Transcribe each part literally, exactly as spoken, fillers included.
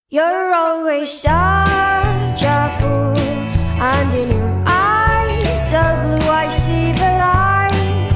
You're always such a fool, and in your eyes so blue I see the light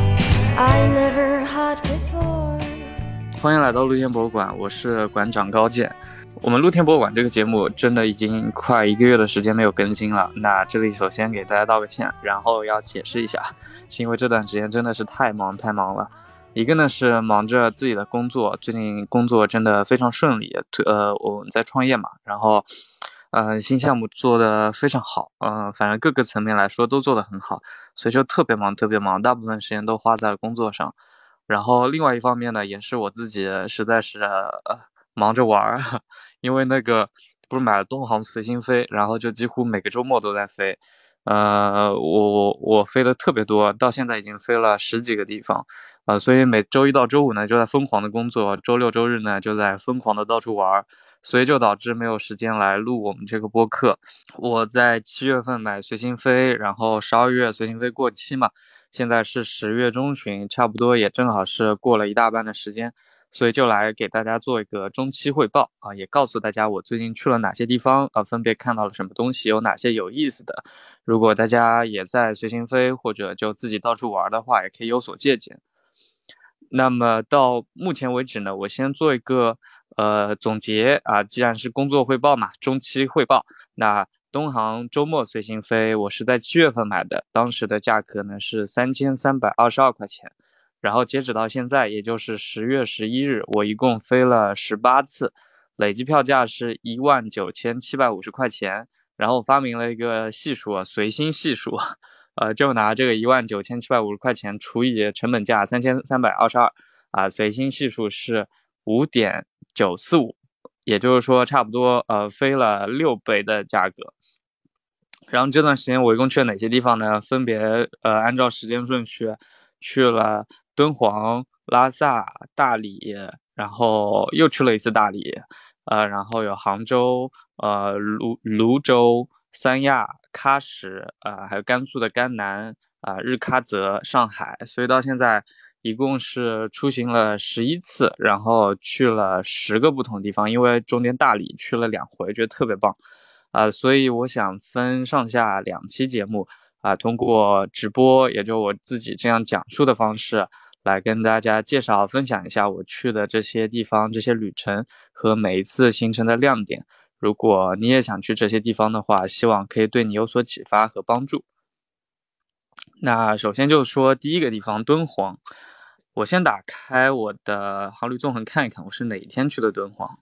I never had before. 欢迎来到露天博物馆，我是馆长高健。我们露天博物馆这个节目真的已经快一个月的时间没有更新了，那这里首先给大家道个歉，然后要解释一下，是因为这段时间真的是太忙太忙了。一个呢是忙着自己的工作，最近工作真的非常顺利，呃，我们在创业嘛，然后，呃，新项目做得非常好，嗯、呃，反正各个层面来说都做得很好，所以就特别忙，特别忙，大部分时间都花在了工作上。然后另外一方面呢，也是我自己实在是呃忙着玩，因为那个不是买了东航随心飞，然后就几乎每个周末都在飞，呃，我我我飞的特别多，到现在已经飞了十几个地方。呃，所以每周一到周五呢就在疯狂的工作，周六周日呢就在疯狂的到处玩，所以就导致没有时间来录我们这个播客。我在七月份买随心飞，然后十二月随心飞过期嘛，现在是十月中旬，差不多也正好是过了一大半的时间，所以就来给大家做一个中期汇报啊，也告诉大家我最近去了哪些地方啊，分别看到了什么东西，有哪些有意思的。如果大家也在随心飞或者就自己到处玩的话，也可以有所借鉴。那么到目前为止呢，我先做一个呃总结啊，既然是工作汇报嘛，中期汇报。那东航周末随心飞，我是在七月份买的，当时的价格呢是三千三百二十二块钱，然后截止到现在，也就是十月十一日，我一共飞了十八次，累计票价是一万九千七百五十块钱。然后发明了一个系数啊，随心系数。呃，就拿这个一万九千七百五十块钱除以成本价三千三百二十二啊，随心系数是五点九四五，也就是说差不多呃飞了六倍的价格。然后这段时间我一共去了哪些地方呢？分别呃按照时间顺序去了敦煌、拉萨、大理，然后又去了一次大理，呃，然后有杭州、呃泸泸州、三亚、喀什，呃，还有甘肃的甘南，啊、呃，日喀则、上海，所以到现在一共是出行了十一次，然后去了十个不同的地方，因为中间大理去了两回，觉得特别棒，啊、呃，所以我想分上下两期节目，啊、呃，通过直播，也就我自己这样讲述的方式，来跟大家介绍分享一下我去的这些地方，这些旅程和每一次行程的亮点。如果你也想去这些地方的话，希望可以对你有所启发和帮助。那首先就说第一个地方敦煌，我先打开我的航旅纵横看一看我是哪一天去的敦煌。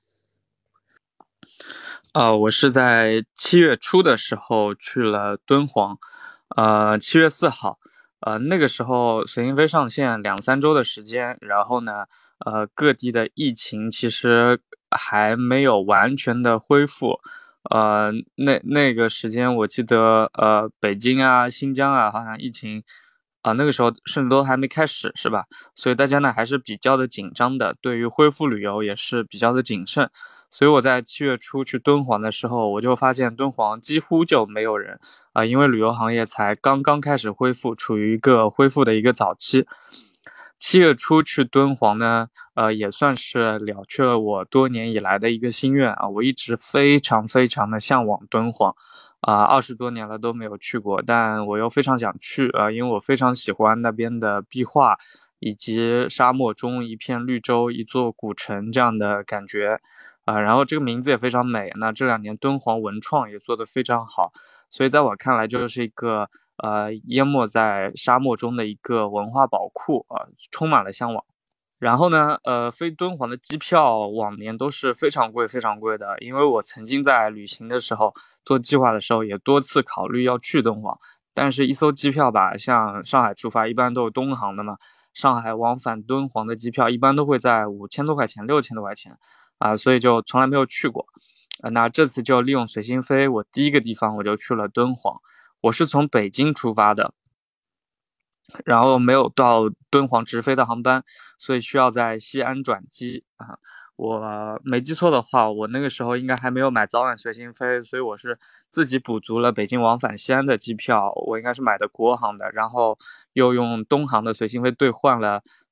呃，我是在七月初的时候去了敦煌，呃，七月四号，呃，那个时候随心飞上线两三周的时间，然后呢，呃，各地的疫情其实还没有完全的恢复，呃，那那个时间我记得，呃，北京啊、新疆啊，好像疫情啊、呃，那个时候甚至都还没开始，是吧？所以大家呢还是比较的紧张的，对于恢复旅游也是比较的谨慎。所以我在七月初去敦煌的时候，我就发现敦煌几乎就没有人啊、呃，因为旅游行业才刚刚开始恢复，处于一个恢复的一个早期。七月初去敦煌呢，呃，也算是了却了我多年以来的一个心愿啊，我一直非常非常的向往敦煌，啊、呃，二十多年了都没有去过，但我又非常想去啊、呃，因为我非常喜欢那边的壁画，以及沙漠中一片绿洲、一座古城这样的感觉。啊、呃，然后这个名字也非常美。那这两年敦煌文创也做得非常好，所以在我看来就是一个呃淹没在沙漠中的一个文化宝库啊、呃，充满了向往。然后呢，呃，飞敦煌的机票往年都是非常贵、非常贵的，因为我曾经在旅行的时候做计划的时候也多次考虑要去敦煌，但是一艘机票吧，像上海出发一般都有东航的嘛，上海往返敦煌的机票一般都会在五千多块钱、六千多块钱。啊、呃，所以就从来没有去过。呃，那这次就利用随心飞，我第一个地方我就去了敦煌。我是从北京出发的，然后没有到敦煌直飞的航班，所以需要在西安转机啊。我没记错的话，我那个时候应该还没有买早晚随心飞，所以我是自己补足了北京往返西安的机票，我应该是买的国航的，然后又用东航的随心飞兑换了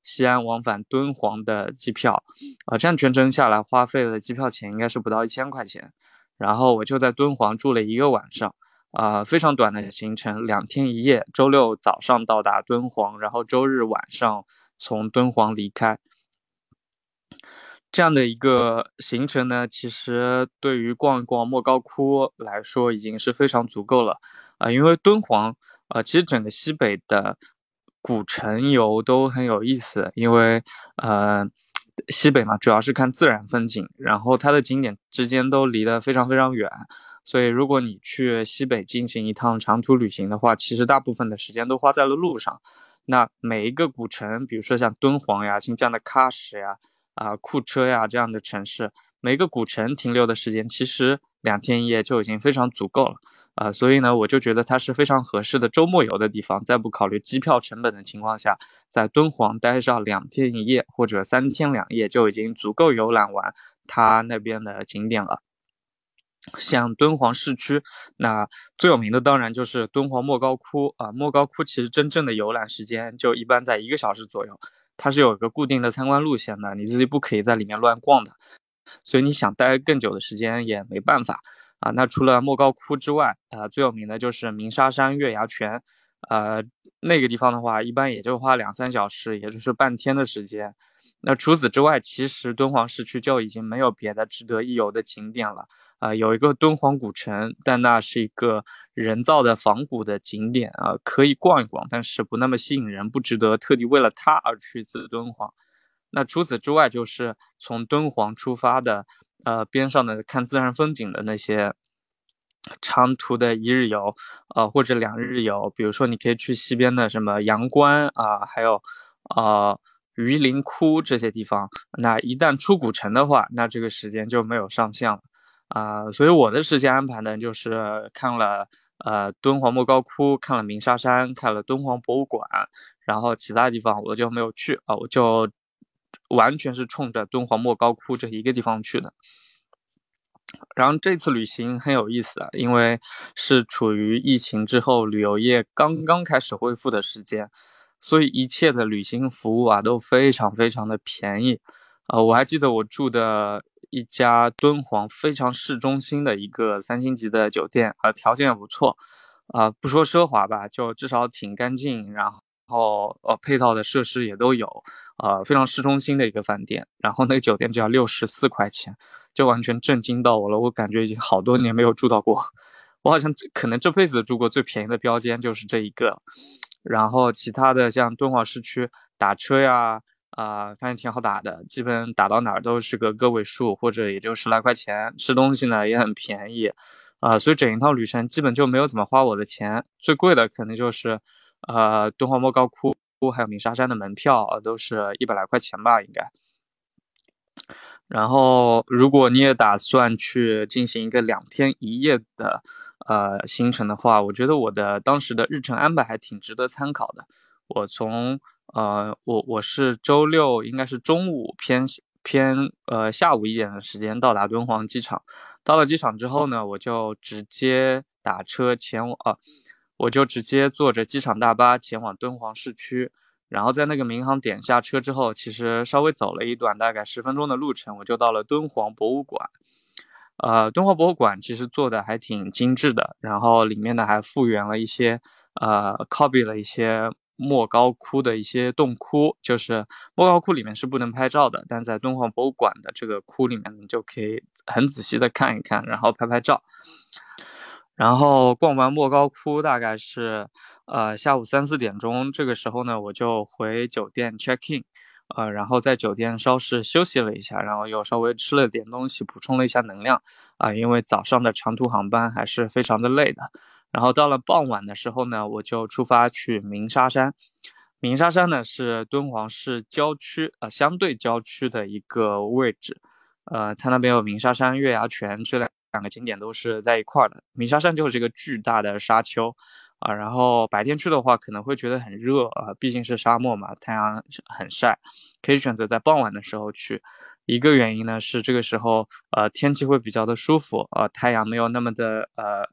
西安往返敦煌的机票，啊，这样全程下来花费的机票钱应该是不到一千块钱。然后我就在敦煌住了一个晚上，啊、呃，非常短的行程，两天一夜，周六早上到达敦煌，然后周日晚上从敦煌离开。这样的一个行程呢，其实对于逛一逛莫高窟来说已经是非常足够了啊、呃，因为敦煌，呃，其实整个西北的古城游都很有意思，因为呃。西北嘛，主要是看自然风景，然后它的景点之间都离得非常非常远，所以如果你去西北进行一趟长途旅行的话，其实大部分的时间都花在了路上。那每一个古城，比如说像敦煌呀、新疆的喀什呀、啊、呃、库车呀这样的城市，每个古城停留的时间其实两天一夜就已经非常足够了。啊、呃，所以呢，我就觉得它是非常合适的周末游的地方，在不考虑机票成本的情况下，在敦煌待上两天一夜或者三天两夜就已经足够游览完它那边的景点了。像敦煌市区，那最有名的当然就是敦煌莫高窟啊、呃。莫高窟其实真正的游览时间就一般在一个小时左右，它是有一个固定的参观路线的，你自己不可以在里面乱逛的，所以你想待更久的时间也没办法。啊，那除了莫高窟之外，呃，最有名的就是鸣沙山月牙泉，呃，那个地方的话，一般也就花两三小时，也就是半天的时间。那除此之外，其实敦煌市区就已经没有别的值得一游的景点了。呃，有一个敦煌古城，但那是一个人造的仿古的景点啊、呃，可以逛一逛，但是不那么吸引人，不值得特地为了它而去自敦煌。那除此之外，就是从敦煌出发的。呃，边上的看自然风景的那些长途的一日游，呃，或者两日游，比如说你可以去西边的什么阳关啊、呃，还有呃榆林窟这些地方。那一旦出古城的话，那这个时间就没有上限了啊、呃。所以我的时间安排呢，就是看了呃敦煌莫高窟，看了鸣沙山，看了敦煌博物馆，然后其他地方我就没有去啊、呃，我就完全是冲着敦煌莫高窟这一个地方去的。然后这次旅行很有意思啊，因为是处于疫情之后旅游业刚刚开始恢复的时间，所以一切的旅行服务啊都非常非常的便宜。呃，我还记得我住的一家敦煌非常市中心的一个三星级的酒店，呃，条件也不错，啊、呃，不说奢华吧，就至少挺干净，然后。然后呃，配套的设施也都有，呃，非常市中心的一个饭店，然后那个酒店只要六十四块钱，就完全震惊到我了。我感觉已经好多年没有住到过，我好像可能这辈子住过最便宜的标间就是这一个。然后其他的像敦煌市区打车呀，啊、呃，发现挺好打的，基本打到哪儿都是个个位数，或者也就十来块钱。吃东西呢也很便宜，啊、呃，所以整一趟旅程基本就没有怎么花我的钱。最贵的可能就是。呃，敦煌莫高窟还有鸣沙山的门票、呃、都是一百来块钱吧，应该。然后，如果你也打算去进行一个两天一夜的呃行程的话，我觉得我的当时的日程安排还挺值得参考的。我从呃，我我是周六应该是中午偏偏呃下午一点的时间到达敦煌机场。到了机场之后呢，我就直接打车前往啊。呃我就直接坐着机场大巴前往敦煌市区，然后在那个民航点下车之后，其实稍微走了一段大概十分钟的路程，我就到了敦煌博物馆。呃，敦煌博物馆其实做的还挺精致的，然后里面呢还复原了一些呃 copy 了一些莫高窟的一些洞窟，就是莫高窟里面是不能拍照的，但在敦煌博物馆的这个窟里面你就可以很仔细的看一看，然后拍拍照。然后逛完莫高窟大概是呃下午三四点钟，这个时候呢我就回酒店 check in， 呃然后在酒店稍事休息了一下，然后又稍微吃了点东西补充了一下能量啊、呃，因为早上的长途航班还是非常的累的。然后到了傍晚的时候呢，我就出发去鸣沙山。鸣沙山呢是敦煌市郊区呃相对郊区的一个位置，呃它那边有鸣沙山、月牙泉这两两个景点都是在一块的。鸣沙山就是一个巨大的沙丘啊、呃，然后白天去的话可能会觉得很热啊、呃，毕竟是沙漠嘛，太阳很晒，可以选择在傍晚的时候去。一个原因呢是这个时候呃天气会比较的舒服，呃太阳没有那么的呃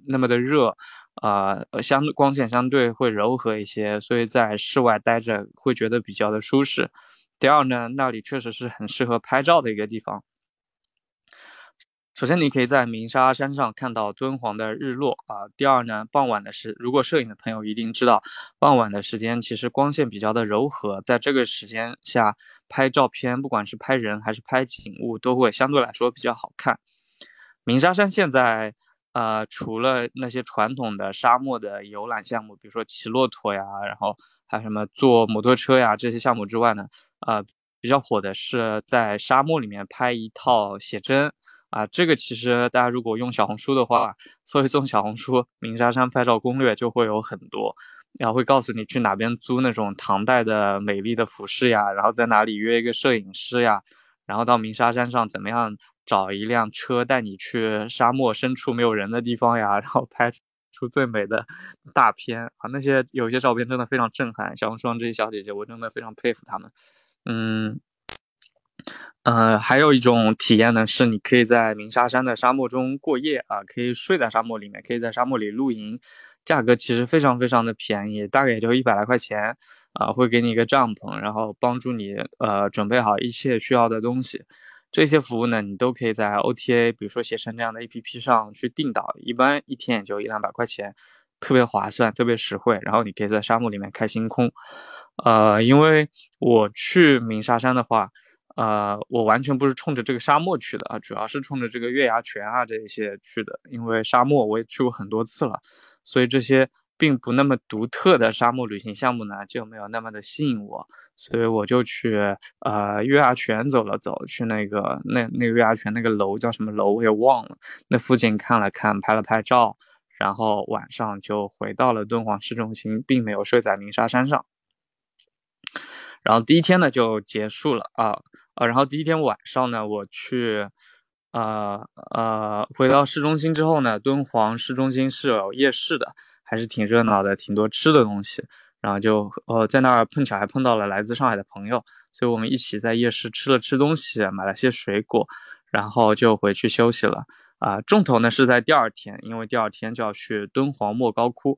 那么的热，呃，相光线相对会柔和一些，所以在室外待着会觉得比较的舒适。第二呢，那里确实是很适合拍照的一个地方。首先，你可以在鸣沙山上看到敦煌的日落啊。第二呢，傍晚的时，如果摄影的朋友一定知道，傍晚的时间其实光线比较的柔和，在这个时间下拍照片，不管是拍人还是拍景物，都会相对来说比较好看。鸣沙山现在呃，除了那些传统的沙漠的游览项目，比如说骑骆驼呀，然后还有什么坐摩托车呀这些项目之外呢，呃，比较火的是在沙漠里面拍一套写真。啊，这个其实大家如果用小红书的话，搜一搜小红书鸣沙山拍照攻略就会有很多，然后会告诉你去哪边租那种唐代的美丽的服饰呀，然后在哪里约一个摄影师呀，然后到鸣沙山上怎么样找一辆车带你去沙漠深处没有人的地方呀，然后拍出最美的大片啊，那些有些照片真的非常震撼，小红书上这些小姐姐我真的非常佩服她们。嗯。呃，还有一种体验呢，是你可以在鸣沙山的沙漠中过夜啊，可以睡在沙漠里面，可以在沙漠里露营，价格其实非常非常的便宜，大概也就一百来块钱啊，会给你一个帐篷，然后帮助你呃准备好一切需要的东西。这些服务呢，你都可以在 O T A， 比如说携程这样的 A P P 上去订到，一般一天也就一两百块钱，特别划算，特别实惠。然后你可以在沙漠里面看星空。呃，因为我去鸣沙山的话。呃，我完全不是冲着这个沙漠去的啊，主要是冲着这个月牙泉啊这一些去的。因为沙漠我也去过很多次了，所以这些并不那么独特的沙漠旅行项目呢，就没有那么的吸引我，所以我就去呃月牙泉走了走，去那个那那个月牙泉那个楼叫什么楼我也忘了，那附近看了看，拍了拍照，然后晚上就回到了敦煌市中心，并没有睡在鸣沙山上。然后第一天呢就结束了啊。呃，然后第一天晚上呢，我去，呃呃，回到市中心之后呢，敦煌市中心是有夜市的，还是挺热闹的，挺多吃的东西。然后就呃在那儿碰巧还碰到了来自上海的朋友，所以我们一起在夜市吃了吃东西，买了些水果，然后就回去休息了。啊、呃，重头呢是在第二天，因为第二天就要去敦煌莫高窟。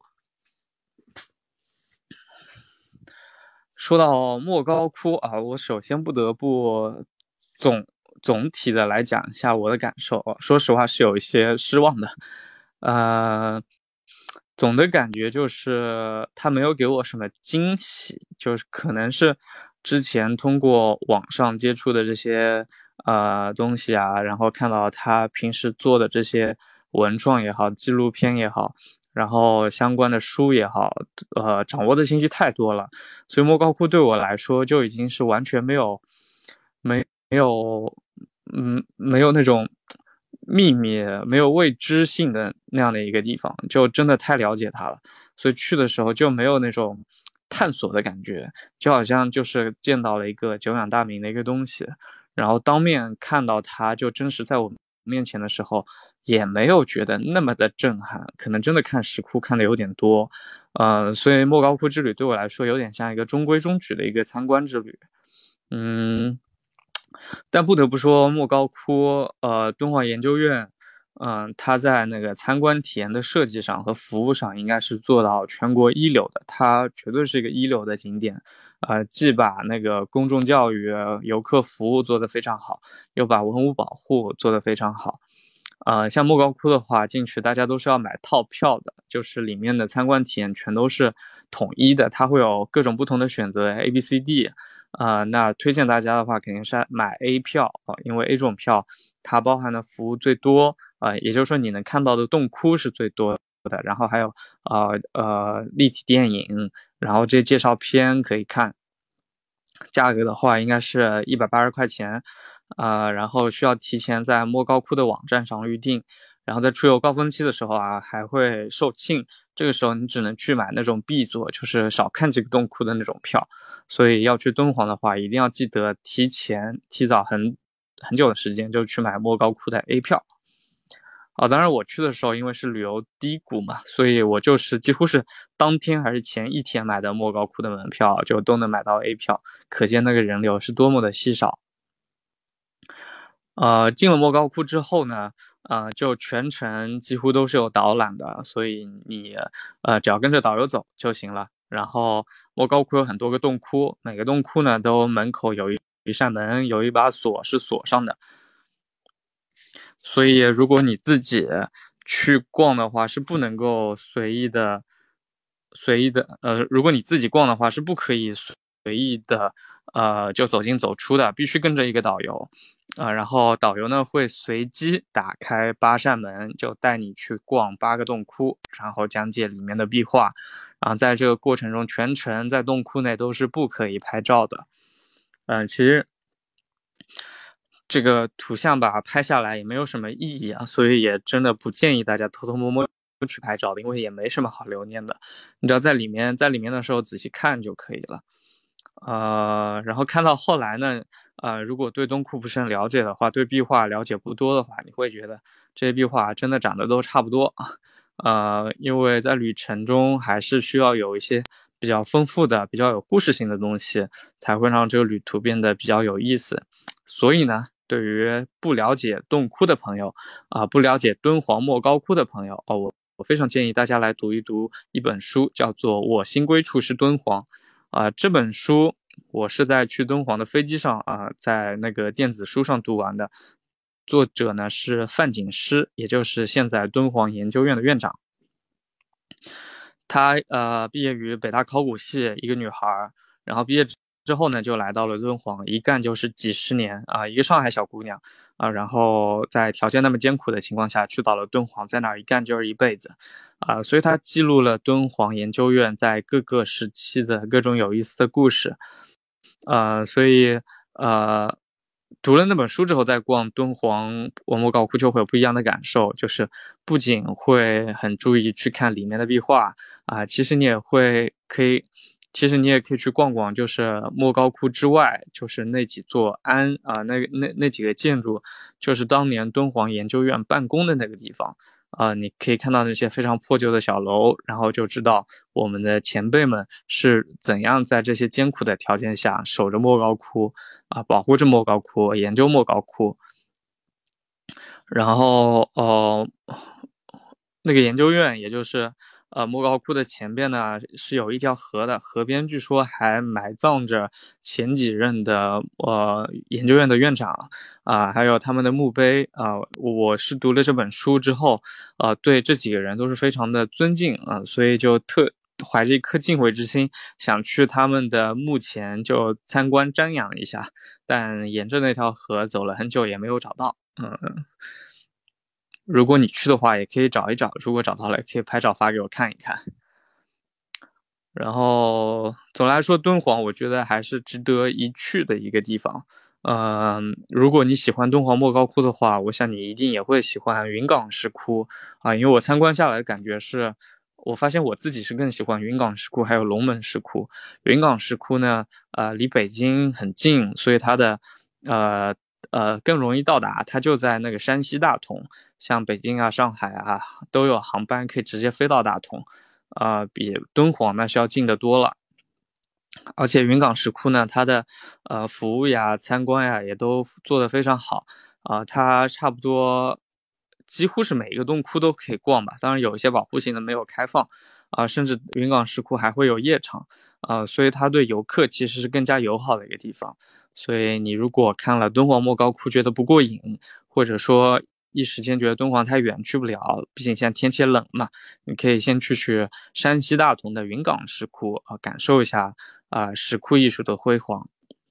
说到莫高窟啊，我首先不得不总总体的来讲一下我的感受，说实话是有一些失望的。呃，总的感觉就是他没有给我什么惊喜，就是可能是之前通过网上接触的这些呃东西啊，然后看到他平时做的这些文创也好，纪录片也好，然后相关的书也好，呃，掌握的信息太多了，所以莫高窟对我来说就已经是完全没有，没没有，嗯，没有那种秘密、没有未知性的那样的一个地方，就真的太了解它了，所以去的时候就没有那种探索的感觉，就好像就是见到了一个久仰大名的一个东西，然后当面看到它就真实在我面前的时候，也没有觉得那么的震撼，可能真的看石窟看的有点多，呃，所以莫高窟之旅对我来说有点像一个中规中矩的一个参观之旅。嗯，但不得不说莫高窟呃敦煌研究院嗯、呃，它在那个参观体验的设计上和服务上应该是做到全国一流的，它绝对是一个一流的景点，呃，既把那个公众教育、游客服务做得非常好，又把文物保护做得非常好。呃，像莫高窟的话，进去大家都是要买套票的，就是里面的参观体验全都是统一的，它会有各种不同的选择 A B C D， 呃，那推荐大家的话肯定是买 A 票啊、呃，因为 A 这种票它包含的服务最多，呃，也就是说你能看到的洞窟是最多的，然后还有呃呃立体电影，然后这些介绍片可以看，价格的话应该是一百八十块钱。呃，然后需要提前在莫高窟的网站上预定，然后在出游高峰期的时候啊，还会售罄，这个时候你只能去买那种 B 座，就是少看几个洞窟的那种票。所以要去敦煌的话，一定要记得提前提早很很久的时间就去买莫高窟的 A 票。啊，当然我去的时候因为是旅游低谷嘛，所以我就是几乎是当天还是前一天买的莫高窟的门票，就都能买到 A 票，可见那个人流是多么的稀少。呃，进了莫高窟之后呢， 啊、呃就全程几乎都是有导览的，所以你呃只要跟着导游走就行了。然后莫高窟有很多个洞窟，每个洞窟呢都门口有一一扇门，有一把锁是锁上的。所以如果你自己去逛的话，是不能够随意的随意的呃，如果你自己逛的话，是不可以随意的呃就走进走出的，必须跟着一个导游。啊、呃，然后导游呢会随机打开八扇门，就带你去逛八个洞窟，然后讲解里面的壁画。然后在这个过程中，全程在洞窟内都是不可以拍照的。嗯、呃，其实这个图像吧拍下来也没有什么意义啊，所以也真的不建议大家偷偷摸摸去拍照的，因为也没什么好留念的。你只要在里面在里面的时候仔细看就可以了。呃，然后看到后来呢，呃，如果对洞窟不是很了解的话，对壁画了解不多的话，你会觉得这些壁画真的长得都差不多。呃，因为在旅程中还是需要有一些比较丰富的、比较有故事性的东西，才会让这个旅途变得比较有意思。所以呢，对于不了解洞窟的朋友啊、呃，不了解敦煌莫高窟的朋友哦，我我非常建议大家来读一读一本书，叫做《我心归处是敦煌》。啊、呃，这本书我是在去敦煌的飞机上啊、呃，在那个电子书上读完的。作者呢是范锦诗，也就是现在敦煌研究院的院长。她呃毕业于北大考古系，一个女孩，然后毕业之后呢就来到了敦煌，一干就是几十年啊、呃，一个上海小姑娘啊、呃，然后在条件那么艰苦的情况下去到了敦煌，在那儿一干就是一辈子啊、呃，所以她记录了敦煌研究院在各个时期的各种有意思的故事。呃，所以呃，读了那本书之后，再逛敦煌文物高窟就会有不一样的感受，就是不仅会很注意去看里面的壁画啊、呃，其实你也会可以，其实你也可以去逛逛，就是莫高窟之外，就是那几座庵啊、呃，那那那几个建筑，就是当年敦煌研究院办公的那个地方。啊、呃，你可以看到那些非常破旧的小楼，然后就知道我们的前辈们是怎样在这些艰苦的条件下守着莫高窟啊、呃，保护着莫高窟，研究莫高窟。然后，呃，那个研究院，也就是呃莫高窟的前边呢，是有一条河的，河边据说还埋葬着前几任的呃研究院的院长啊、呃，还有他们的墓碑啊、呃。我是读了这本书之后，呃，对这几个人都是非常的尊敬啊、呃，所以就特怀着一颗敬畏之心，想去他们的墓前就参观瞻仰一下，但沿着那条河走了很久也没有找到。嗯，如果你去的话，也可以找一找，如果找到了，也可以拍照发给我看一看。然后总的来说，敦煌我觉得还是值得一去的一个地方。嗯、呃，如果你喜欢敦煌莫高窟的话，我想你一定也会喜欢云冈石窟啊、呃，因为我参观下来的感觉是，我发现我自己是更喜欢云冈石窟还有龙门石窟。云冈石窟呢，呃，离北京很近，所以它的呃呃更容易到达，它就在那个山西大同，像北京啊、上海啊都有航班可以直接飞到大同。啊、呃，比敦煌呢是要近得多了。而且云冈石窟呢，它的呃服务呀、参观呀也都做得非常好啊、呃，它差不多几乎是每一个洞窟都可以逛吧，当然有一些保护性的没有开放啊、呃，甚至云冈石窟还会有夜场啊、呃，所以它对游客其实是更加友好的一个地方。所以你如果看了敦煌莫高窟觉得不过瘾，或者说一时间觉得敦煌太远去不了，毕竟现在天气冷嘛，你可以先去去山西大同的云冈石窟啊、呃，感受一下啊、呃、石窟艺术的辉煌。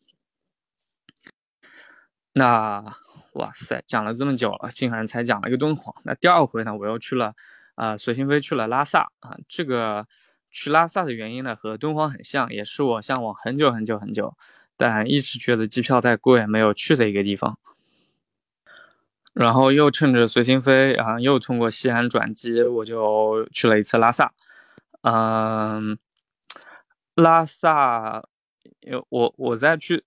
那哇塞，讲了这么久了，竟然才讲了一个敦煌。那第二回呢，我又去了啊、呃，随心飞去了拉萨啊、呃。这个去拉萨的原因呢，和敦煌很像，也是我向往很久很久很久，但一直觉得机票太贵没有去的一个地方。然后又趁着随心飞啊，又通过西安转机，我就去了一次拉萨。嗯，拉萨，我我在去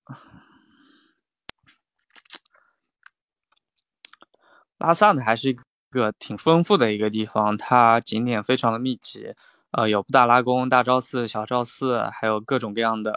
拉萨呢，还是一个挺丰富的一个地方，它景点非常的密集，呃，有布达拉宫、大昭寺、小昭寺，还有各种各样的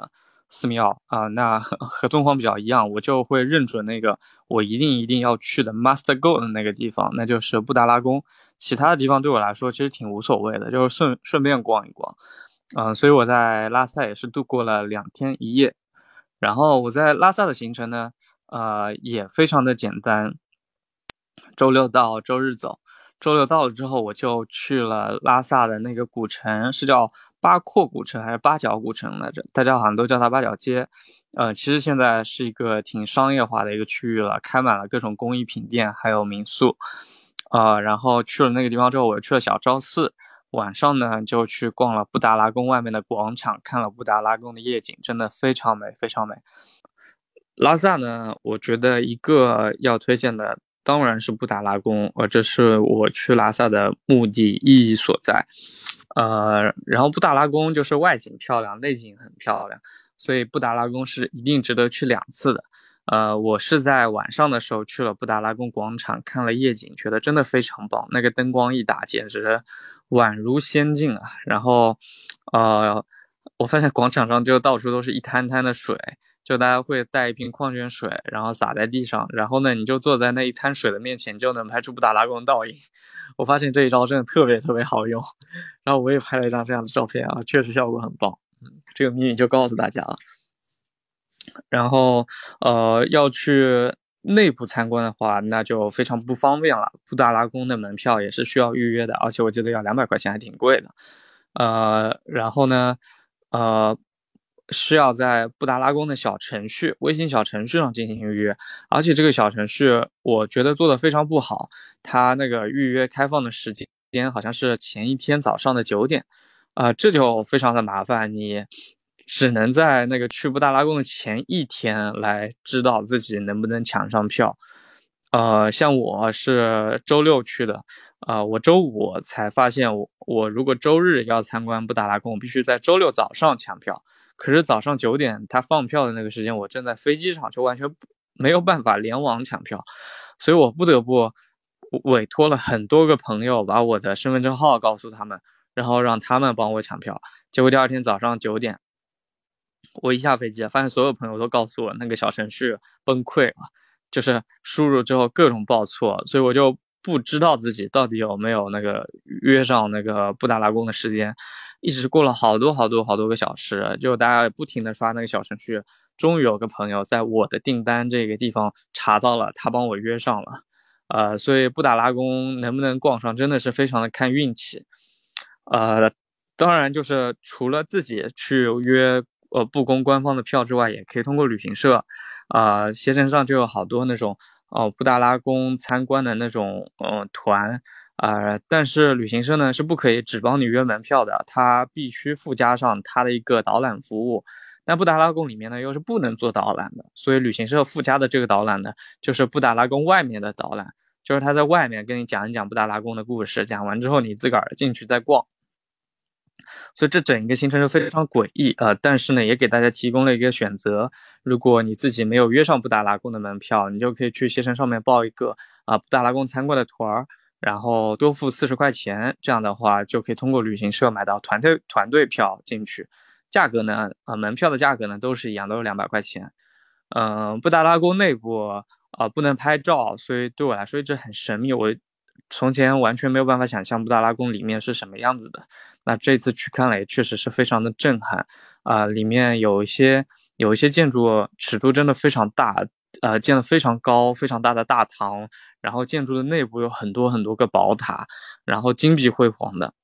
寺庙啊、呃，那和敦煌比较一样，我就会认准那个我一定一定要去的 must go 的那个地方，那就是布达拉宫。其他的地方对我来说其实挺无所谓的，就是顺顺便逛一逛。嗯、呃，所以我在拉萨也是度过了两天一夜。然后我在拉萨的行程呢，呃，也非常的简单，周六到周日走。周六到了之后，我就去了拉萨的那个古城，是叫八廓古城还是八角古城来着？大家好像都叫它八角街。呃，其实现在是一个挺商业化的一个区域了，开满了各种工艺品店，还有民宿。呃，然后去了那个地方之后，我去了小昭寺。晚上呢，就去逛了布达拉宫外面的广场，看了布达拉宫的夜景，真的非常美，非常美。拉萨呢，我觉得一个要推荐的当然是布达拉宫，呃，这是我去拉萨的目的意义所在。呃，然后布达拉宫就是外景漂亮，内景很漂亮，所以布达拉宫是一定值得去两次的。呃，我是在晚上的时候去了布达拉宫广场，看了夜景，觉得真的非常棒，那个灯光一打，简直宛如仙境啊。然后，呃，我发现广场上就到处都是一滩滩的水。就大家会带一瓶矿泉水，然后洒在地上，然后呢，你就坐在那一滩水的面前，就能拍出布达拉宫的倒影。我发现这一招真的特别特别好用，然后我也拍了一张这样的照片啊，确实效果很棒。嗯，这个秘密就告诉大家了。然后，呃，要去内部参观的话，那就非常不方便了。布达拉宫的门票也是需要预约的，而且我记得要两百块钱，还挺贵的。呃，然后呢，呃。是要在布达拉宫的小程序微信小程序上进行预约，而且这个小程序我觉得做的非常不好，它那个预约开放的时间好像是前一天早上的九点，啊、呃，这就非常的麻烦，你只能在那个去布达拉宫的前一天来知道自己能不能抢上票。呃，像我是周六去的，呃，我周五才发现我我如果周日要参观布达拉宫，我必须在周六早上抢票。可是早上九点他放票的那个时间，我正在飞机上，就完全没有办法联网抢票，所以我不得不委托了很多个朋友，把我的身份证号告诉他们，然后让他们帮我抢票。结果第二天早上九点，我一下飞机，发现所有朋友都告诉我那个小程序崩溃了，就是输入之后各种报错，所以我就不知道自己到底有没有那个约上那个布达拉宫的时间，一直过了好多好多好多个小时，就大家不停的刷那个小程序，终于有个朋友在我的订单这个地方查到了，他帮我约上了。呃，所以布达拉宫能不能逛上，真的是非常的看运气。呃，当然就是除了自己去约呃布宫官方的票之外，也可以通过旅行社，呃，携程上就有好多那种呃布达拉宫参观的那种呃团，呃，但是旅行社呢是不可以只帮你约门票的，它必须附加上它的一个导览服务。但布达拉宫里面呢又是不能做导览的，所以旅行社附加的这个导览呢，就是布达拉宫外面的导览，就是他在外面跟你讲一讲布达拉宫的故事，讲完之后你自个儿进去再逛。所以这整一个行程就非常诡异啊、呃！但是呢，也给大家提供了一个选择。如果你自己没有约上布达拉宫的门票，你就可以去携程上面报一个啊、呃、布达拉宫参观的团儿，然后多付四十块钱，这样的话就可以通过旅行社买到团队团队票进去。价格呢，啊、呃、门票的价格呢都是一样，都是两百块钱。嗯、呃，布达拉宫内部啊、呃、不能拍照，所以对我来说一直很神秘。我从前完全没有办法想象布达拉宫里面是什么样子的，那这次去看了也确实是非常的震撼啊、呃！里面有一些有一些建筑尺度真的非常大，呃，建得非常高，非常大的大堂，然后建筑的内部有很多很多个宝塔，然后金碧辉煌的。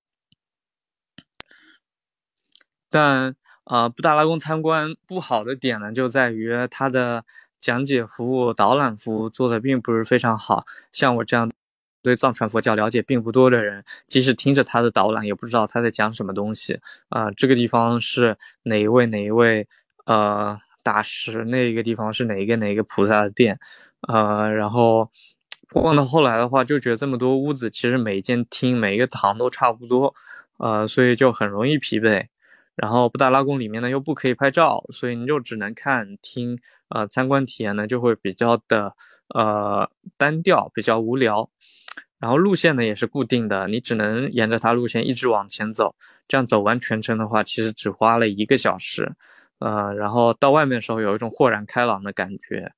但呃，布达拉宫参观不好的点呢，就在于它的讲解服务、导览服务做的并不是非常好，像我这样对藏传佛教了解并不多的人，即使听着他的导览，也不知道他在讲什么东西啊、呃。这个地方是哪一位哪一位呃大师，那一个地方是哪一个哪一个菩萨的殿，呃，然后逛到后来的话，就觉得这么多屋子，其实每一间厅、每一个堂都差不多，呃，所以就很容易疲惫。然后布达拉宫里面呢又不可以拍照，所以你就只能看听，呃，参观体验呢就会比较的呃单调，比较无聊。然后路线呢也是固定的，你只能沿着它路线一直往前走，这样走完全程的话，其实只花了一个小时。 呃，然后到外面的时候有一种豁然开朗的感觉。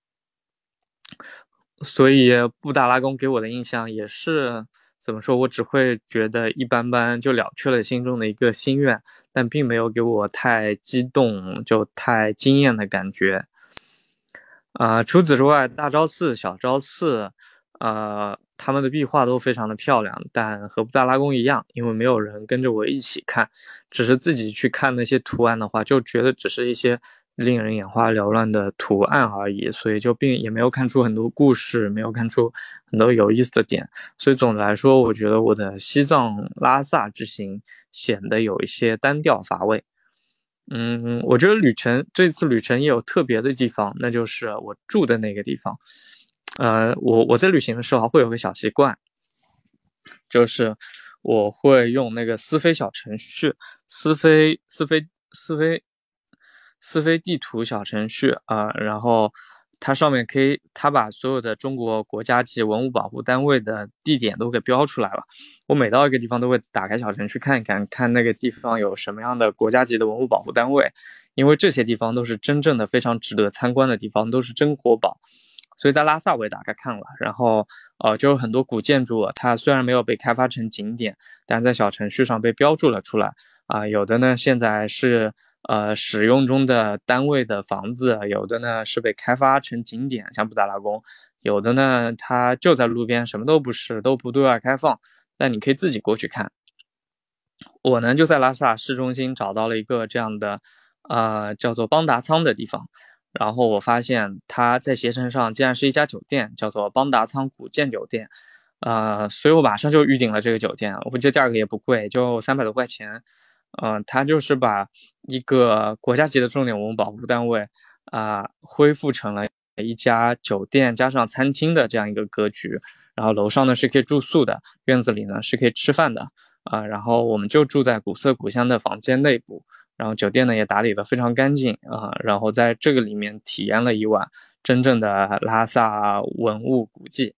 所以布达拉宫给我的印象也是怎么说，我只会觉得一般般，就了却了心中的一个心愿，但并没有给我太激动就太惊艳的感觉。呃，除此之外，大昭寺、小昭寺，呃，他们的壁画都非常的漂亮，但和布达拉宫一样，因为没有人跟着我一起看，只是自己去看那些图案的话，就觉得只是一些令人眼花缭乱的图案而已，所以就并也没有看出很多故事，没有看出很多有意思的点。所以总的来说，我觉得我的西藏拉萨之行显得有一些单调乏味。嗯，我觉得旅程这次旅程也有特别的地方，那就是我住的那个地方。呃，我我在旅行的时候会有个小习惯，就是我会用那个思飞小程序，思飞思飞思飞思飞地图小程序啊、呃，然后它上面可以，它把所有的中国国家级文物保护单位的地点都给标出来了。我每到一个地方都会打开小程序看一看，看那个地方有什么样的国家级的文物保护单位，因为这些地方都是真正的非常值得参观的地方，都是真国宝。所以在拉萨我也打开看了，然后呃，就有很多古建筑，它虽然没有被开发成景点，但在小程序上被标注了出来啊、呃。有的呢现在是呃使用中的单位的房子，有的呢是被开发成景点，像布达拉宫，有的呢它就在路边，什么都不是，都不对外开放，但你可以自己过去看。我呢就在拉萨市中心找到了一个这样的呃叫做邦达仓的地方。然后我发现它在携程上竟然是一家酒店，叫做邦达仓古建酒店，呃，所以我马上就预定了这个酒店。我记得价格也不贵，就三百多块钱。呃，它就是把一个国家级的重点文物保护单位啊、呃，恢复成了一家酒店加上餐厅的这样一个格局。然后楼上呢是可以住宿的，院子里呢是可以吃饭的啊、呃。然后我们就住在古色古香的房间内部。然后酒店呢也打理得非常干净啊、呃，然后在这个里面体验了一晚真正的拉萨文物古迹。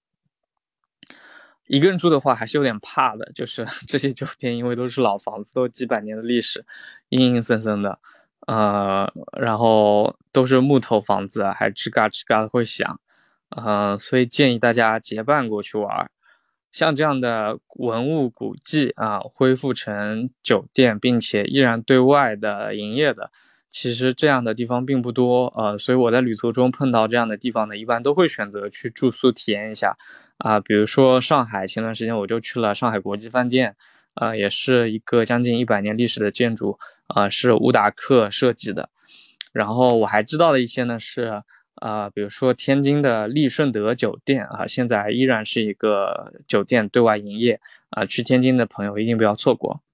一个人住的话还是有点怕的，就是这些酒店因为都是老房子，都几百年的历史，阴阴森森的，呃，然后都是木头房子，还吱嘎吱嘎的会响，呃，所以建议大家结伴过去玩。像这样的文物古迹啊，恢复成酒店，并且依然对外的营业的，其实这样的地方并不多，呃，所以我在旅途中碰到这样的地方呢，一般都会选择去住宿体验一下啊、呃。比如说上海，前段时间我就去了上海国际饭店，呃，也是一个将近一百年历史的建筑，呃，是乌达克设计的。然后我还知道的一些呢是。呃，比如说天津的利顺德酒店啊，现在依然是一个酒店对外营业啊，去天津的朋友一定不要错过。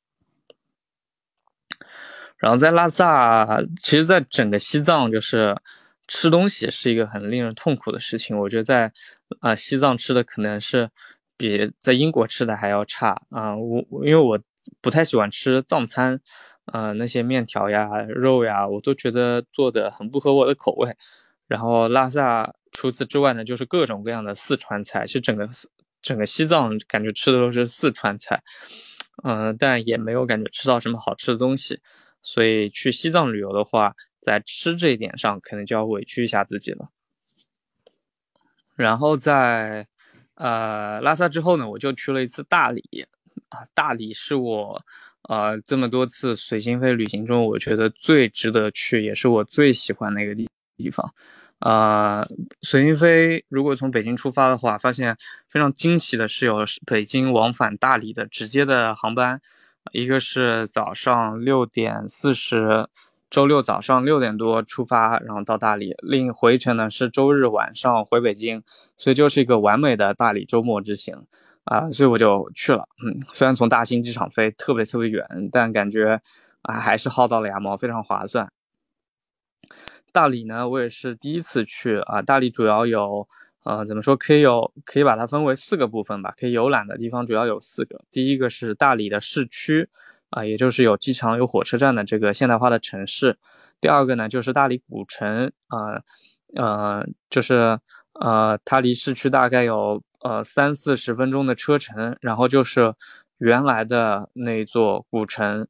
然后在拉萨，其实在整个西藏，就是吃东西是一个很令人痛苦的事情。我觉得在啊、呃、西藏吃的可能是比在英国吃的还要差啊、呃。我因为我不太喜欢吃藏餐，呃，那些面条呀、肉呀，我都觉得做的很不合我的口味。然后拉萨除此之外呢，就是各种各样的四川菜，是整个整个西藏感觉吃的都是四川菜，嗯、呃，但也没有感觉吃到什么好吃的东西，所以去西藏旅游的话，在吃这一点上可能就要委屈一下自己了。然后在呃拉萨之后呢，我就去了一次大理啊，大理是我呃这么多次随心飞旅行中，我觉得最值得去，也是我最喜欢的一个地地方。呃，随心飞如果从北京出发的话，发现非常惊喜的是有北京往返大理的直接的航班，一个是早上六点四十，周六早上六点多出发，然后到大理，另回程呢是周日晚上回北京，所以就是一个完美的大理周末之行啊、呃，所以我就去了。嗯，虽然从大兴机场飞特别特别远，但感觉啊还是薅到了羊毛，非常划算。大理呢，我也是第一次去啊。大理主要有，呃，怎么说？可以有，可以把它分为四个部分吧。可以游览的地方主要有四个。第一个是大理的市区，啊、呃，也就是有机场、有火车站的这个现代化的城市。第二个呢，就是大理古城，啊、呃，呃，就是呃，它离市区大概有呃三四十分钟的车程，然后就是原来的那座古城。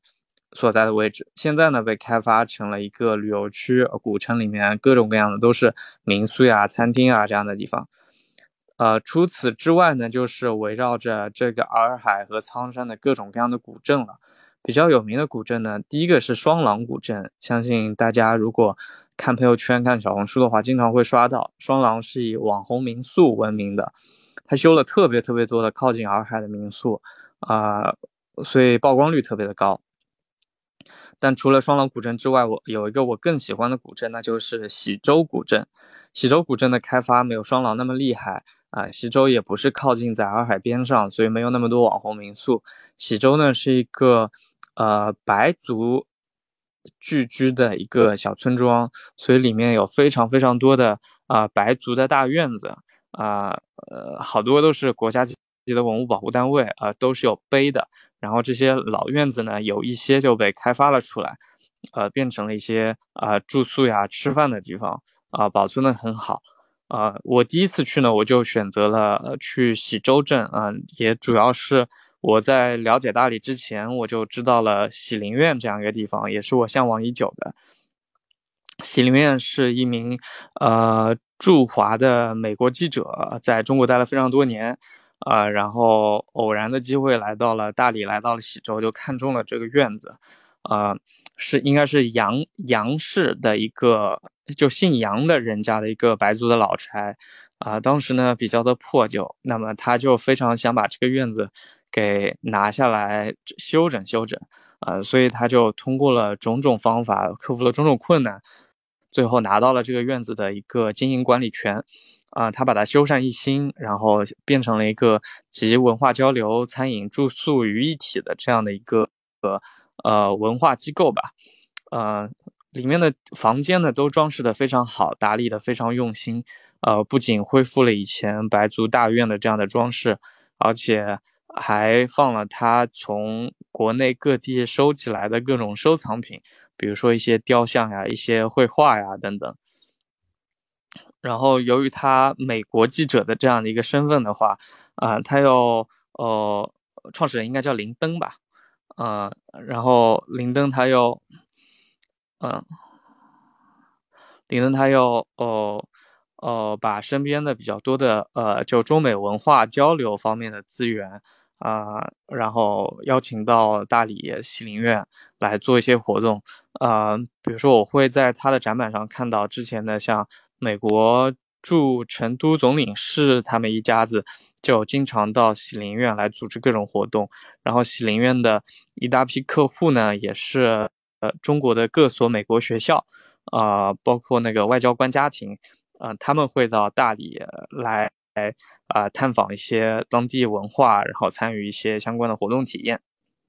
所在的位置，现在呢被开发成了一个旅游区，古城里面各种各样的都是民宿呀、餐厅啊这样的地方。呃，除此之外呢，就是围绕着这个洱海和苍山的各种各样的古镇了。比较有名的古镇呢，第一个是双廊古镇，相信大家如果看朋友圈、看小红书的话，经常会刷到。双廊是以网红民宿闻名的，它修了特别特别多的靠近洱海的民宿，啊、呃，所以曝光率特别的高。但除了双廊古镇之外，我有一个我更喜欢的古镇，那就是喜洲古镇。喜洲古镇的开发没有双廊那么厉害啊，喜洲也不是靠近在洱海边上，所以没有那么多网红民宿。喜洲呢是一个呃白族聚居的一个小村庄，所以里面有非常非常多的啊、呃、白族的大院子啊，呃好多都是国家级的文物保护单位啊、呃，都是有碑的。然后这些老院子呢，有一些就被开发了出来，呃，变成了一些啊、呃、住宿呀、吃饭的地方啊、呃，保存的很好。啊、呃，我第一次去呢，我就选择了、呃、去喜洲镇啊、呃，也主要是我在了解大理之前，我就知道了喜林院这样一个地方，也是我向往已久的。喜林院是一名呃驻华的美国记者，在中国待了非常多年。啊、呃，然后偶然的机会来到了大理，来到了喜洲，就看中了这个院子，呃，是应该是杨杨氏的一个就姓杨的人家的一个白族的老宅，啊、呃，当时呢比较的破旧，那么他就非常想把这个院子给拿下来修整修整，呃，所以他就通过了种种方法，克服了种种困难，最后拿到了这个院子的一个经营管理权。啊、呃，他把它修缮一新，然后变成了一个集文化交流、餐饮、住宿于一体的这样的一个呃文化机构吧。呃，里面的房间呢都装饰的非常好，打理的非常用心。呃，不仅恢复了以前白族大院的这样的装饰，而且还放了他从国内各地收集来的各种收藏品，比如说一些雕像呀、一些绘画呀等等。然后由于他美国记者的这样的一个身份的话，啊、呃，他又呃，创始人应该叫林登吧，呃，然后林登他又，嗯、呃，林登他又哦呃，呃，把身边的比较多的呃，就中美文化交流方面的资源啊、呃，然后邀请到大理喜林院来做一些活动，呃，比如说我会在他的展板上看到之前的像美国驻成都总领事他们一家子就经常到喜林院来组织各种活动，然后喜林院的一大批客户呢也是呃中国的各所美国学校。啊、呃，包括那个外交官家庭，啊、呃，他们会到大理来啊、呃、探访一些当地文化，然后参与一些相关的活动体验。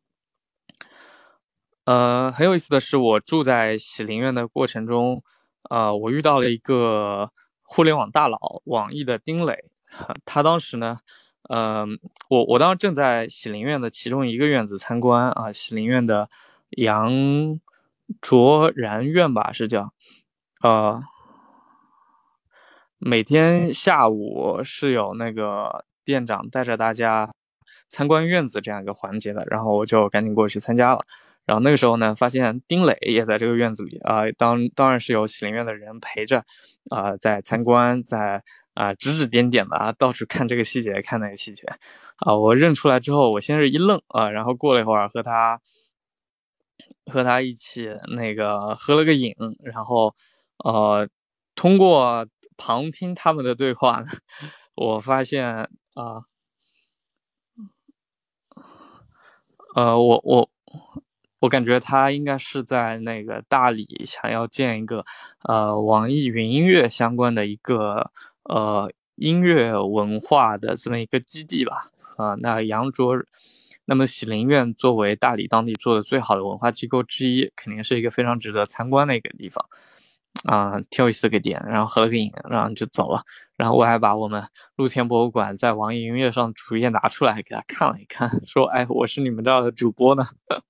呃，很有意思的是，我住在喜林院的过程中，呃，我遇到了一个互联网大佬，网易的丁磊，他当时呢，嗯、呃，我我当时正在喜林院的其中一个院子参观啊，喜林院的杨卓然院吧，是叫。呃，每天下午是有那个店长带着大家参观院子这样一个环节的，然后我就赶紧过去参加了。然后那个时候呢，发现丁磊也在这个院子里啊、呃，当当然是有喜林院的人陪着，啊、呃，在参观，在啊、呃、指指点点的啊，到处看这个细节，看那个细节，啊、呃，我认出来之后，我先是一愣啊、呃，然后过了一会儿和他和他一起那个喝了个饮，然后呃，通过旁听他们的对话呢，我发现啊、呃，呃，我我我感觉他应该是在那个大理想要建一个呃网易云音乐相关的一个呃音乐文化的这么一个基地吧。啊、呃，那杨卓，那么喜林院作为大理当地做的最好的文化机构之一，肯定是一个非常值得参观的一个地方。啊、呃，挺有意思的个点，然后喝了个饮，然后就走了。然后我还把我们露天博物馆在网易云音乐上主页拿出来给他看了一看，说：“哎，我是你们这儿的主播呢。”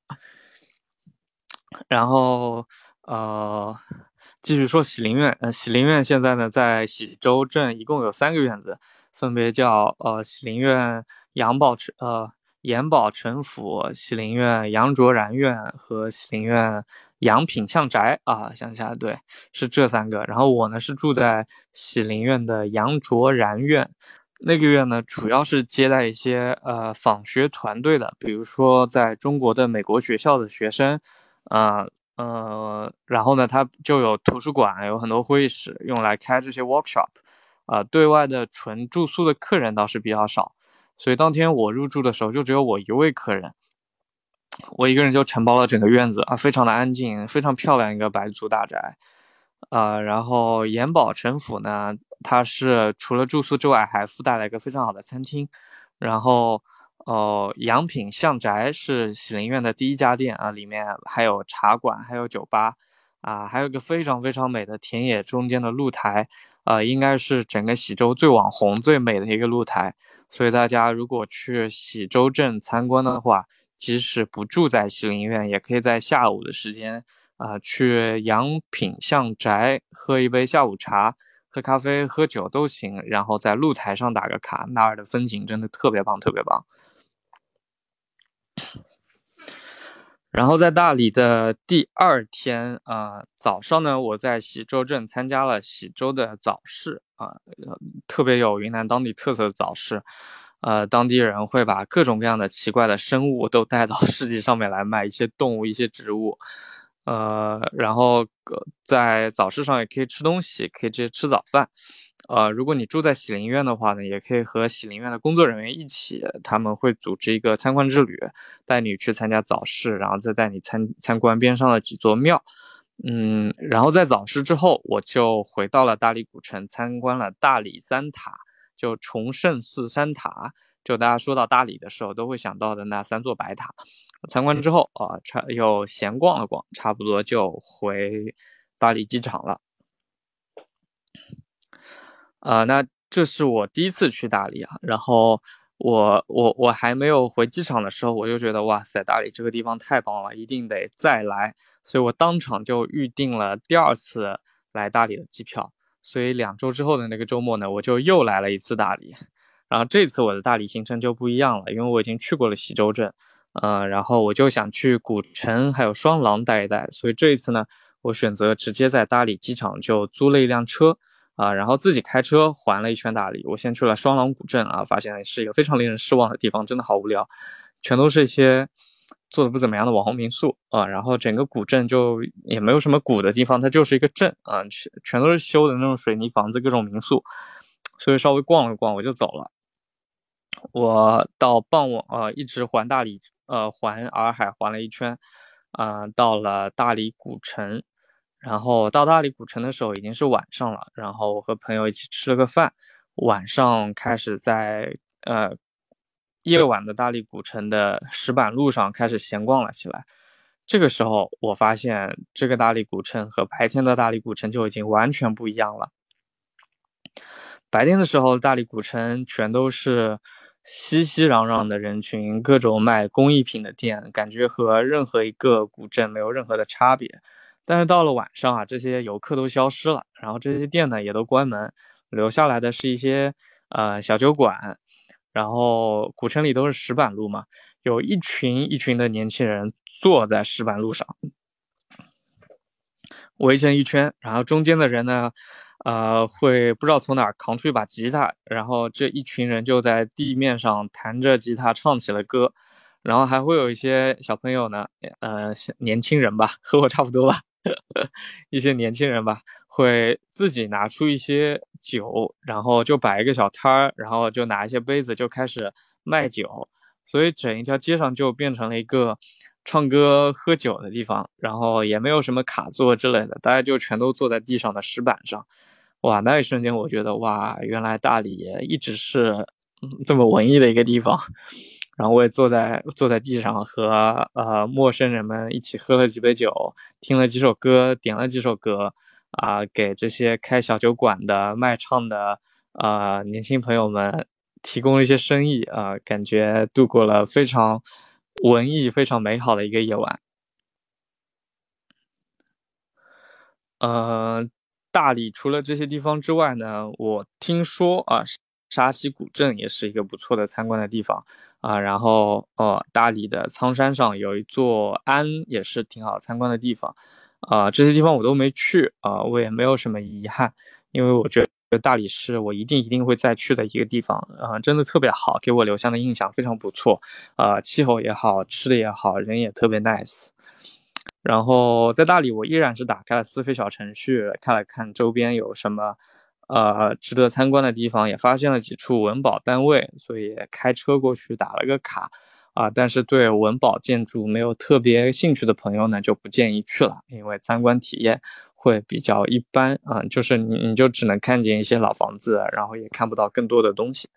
然后呃，继续说喜林院，呃，喜林院现在呢在喜洲镇一共有三个院子，分别叫呃喜林院杨宝成呃岩宝城府、喜林苑杨卓然苑和喜林苑杨品相宅啊，想起来对，是这三个。然后我呢是住在喜林苑的杨卓然苑，那个院呢主要是接待一些呃访学团队的，比如说在中国的美国学校的学生，啊呃，呃，然后呢它就有图书馆，有很多会议室用来开这些 workshop，啊、呃，对外的纯住宿的客人倒是比较少。所以当天我入住的时候就只有我一位客人，我一个人就承包了整个院子啊，非常的安静，非常漂亮一个白族大宅。呃，然后延宝城府呢，它是除了住宿之外还附带了一个非常好的餐厅。然后呃，杨品相宅是喜林苑的第一家店啊，里面还有茶馆，还有酒吧啊，还有一个非常非常美的田野中间的露台，呃，应该是整个喜洲最网红最美的一个露台。所以大家如果去喜洲镇参观的话，即使不住在喜林苑，也可以在下午的时间啊、呃、去杨品相宅喝一杯下午茶，喝咖啡喝酒都行，然后在露台上打个卡，那儿的风景真的特别棒特别棒。然后在大理的第二天啊、呃，早上呢，我在喜洲镇参加了喜洲的早市啊、呃，特别有云南当地特色的早市。呃，当地人会把各种各样的奇怪的生物都带到市集上面来卖，一些动物，一些植物。呃，然后、呃、在早市上也可以吃东西，可以直接吃早饭。呃，如果你住在喜林苑的话呢，也可以和喜林苑的工作人员一起，他们会组织一个参观之旅，带你去参加早市，然后再带你参参观边上的几座庙。嗯，然后在早市之后，我就回到了大理古城，参观了大理三塔，就崇圣寺三塔，就大家说到大理的时候都会想到的那三座白塔。参观之后啊，差又闲逛了逛，差不多就回巴黎机场了。啊、呃，那这是我第一次去大理啊，然后我我我还没有回机场的时候，我就觉得哇塞，大理这个地方太棒了，一定得再来，所以我当场就预定了第二次来大理的机票。所以两周之后的那个周末呢，我就又来了一次大理。然后这次我的大理行程就不一样了，因为我已经去过了喜洲镇，呃，然后我就想去古城还有双廊待一待，所以这一次呢，我选择直接在大理机场就租了一辆车。啊，然后自己开车环了一圈大理。我先去了双廊古镇啊，发现是一个非常令人失望的地方，真的好无聊，全都是一些做的不怎么样的网红民宿啊。然后整个古镇就也没有什么古的地方，它就是一个镇啊，全都是修的那种水泥房子，各种民宿。所以稍微逛了逛，我就走了。我到傍晚呃，一直环大理，呃，环洱海环了一圈，啊、呃，到了大理古城。然后到大理古城的时候已经是晚上了，然后我和朋友一起吃了个饭，晚上开始在呃夜晚的大理古城的石板路上开始闲逛了起来。这个时候我发现这个大理古城和白天的大理古城就已经完全不一样了。白天的时候，大理古城全都是熙熙攘攘的人群，各种卖工艺品的店，感觉和任何一个古镇没有任何的差别。但是到了晚上啊，这些游客都消失了，然后这些店呢也都关门，留下来的是一些呃小酒馆。然后古城里都是石板路嘛，有一群一群的年轻人坐在石板路上，围成一圈，然后中间的人呢，呃，会不知道从哪儿扛出一把吉他，然后这一群人就在地面上弹着吉他唱起了歌。然后还会有一些小朋友呢，呃，年轻人吧，和我差不多吧，一些年轻人吧，会自己拿出一些酒，然后就摆一个小摊儿，然后就拿一些杯子就开始卖酒。所以整一条街上就变成了一个唱歌喝酒的地方，然后也没有什么卡座之类的，大家就全都坐在地上的石板上。哇，那一瞬间我觉得哇，原来大理一直是、嗯、这么文艺的一个地方。然后我也坐在坐在地上和呃陌生人们一起喝了几杯酒，听了几首歌，点了几首歌啊、呃，给这些开小酒馆的卖唱的呃年轻朋友们提供了一些生意啊、呃，感觉度过了非常文艺、非常美好的一个夜晚。呃，大理除了这些地方之外呢，我听说啊，沙溪古镇也是一个不错的参观的地方啊，然后呃，大理的苍山上有一座庵，也是挺好参观的地方，啊，这些地方我都没去啊，我也没有什么遗憾，因为我觉得大理是我一定一定会再去的一个地方，啊，真的特别好，给我留下的印象非常不错，啊，气候也好，吃的也好，人也特别 nice。然后在大理，我依然是打开了思飞小程序，看了看周边有什么呃值得参观的地方，也发现了几处文保单位，所以开车过去打了个卡啊。但是对文保建筑没有特别兴趣的朋友呢，就不建议去了，因为参观体验会比较一般啊，就是你你就只能看见一些老房子，然后也看不到更多的东西。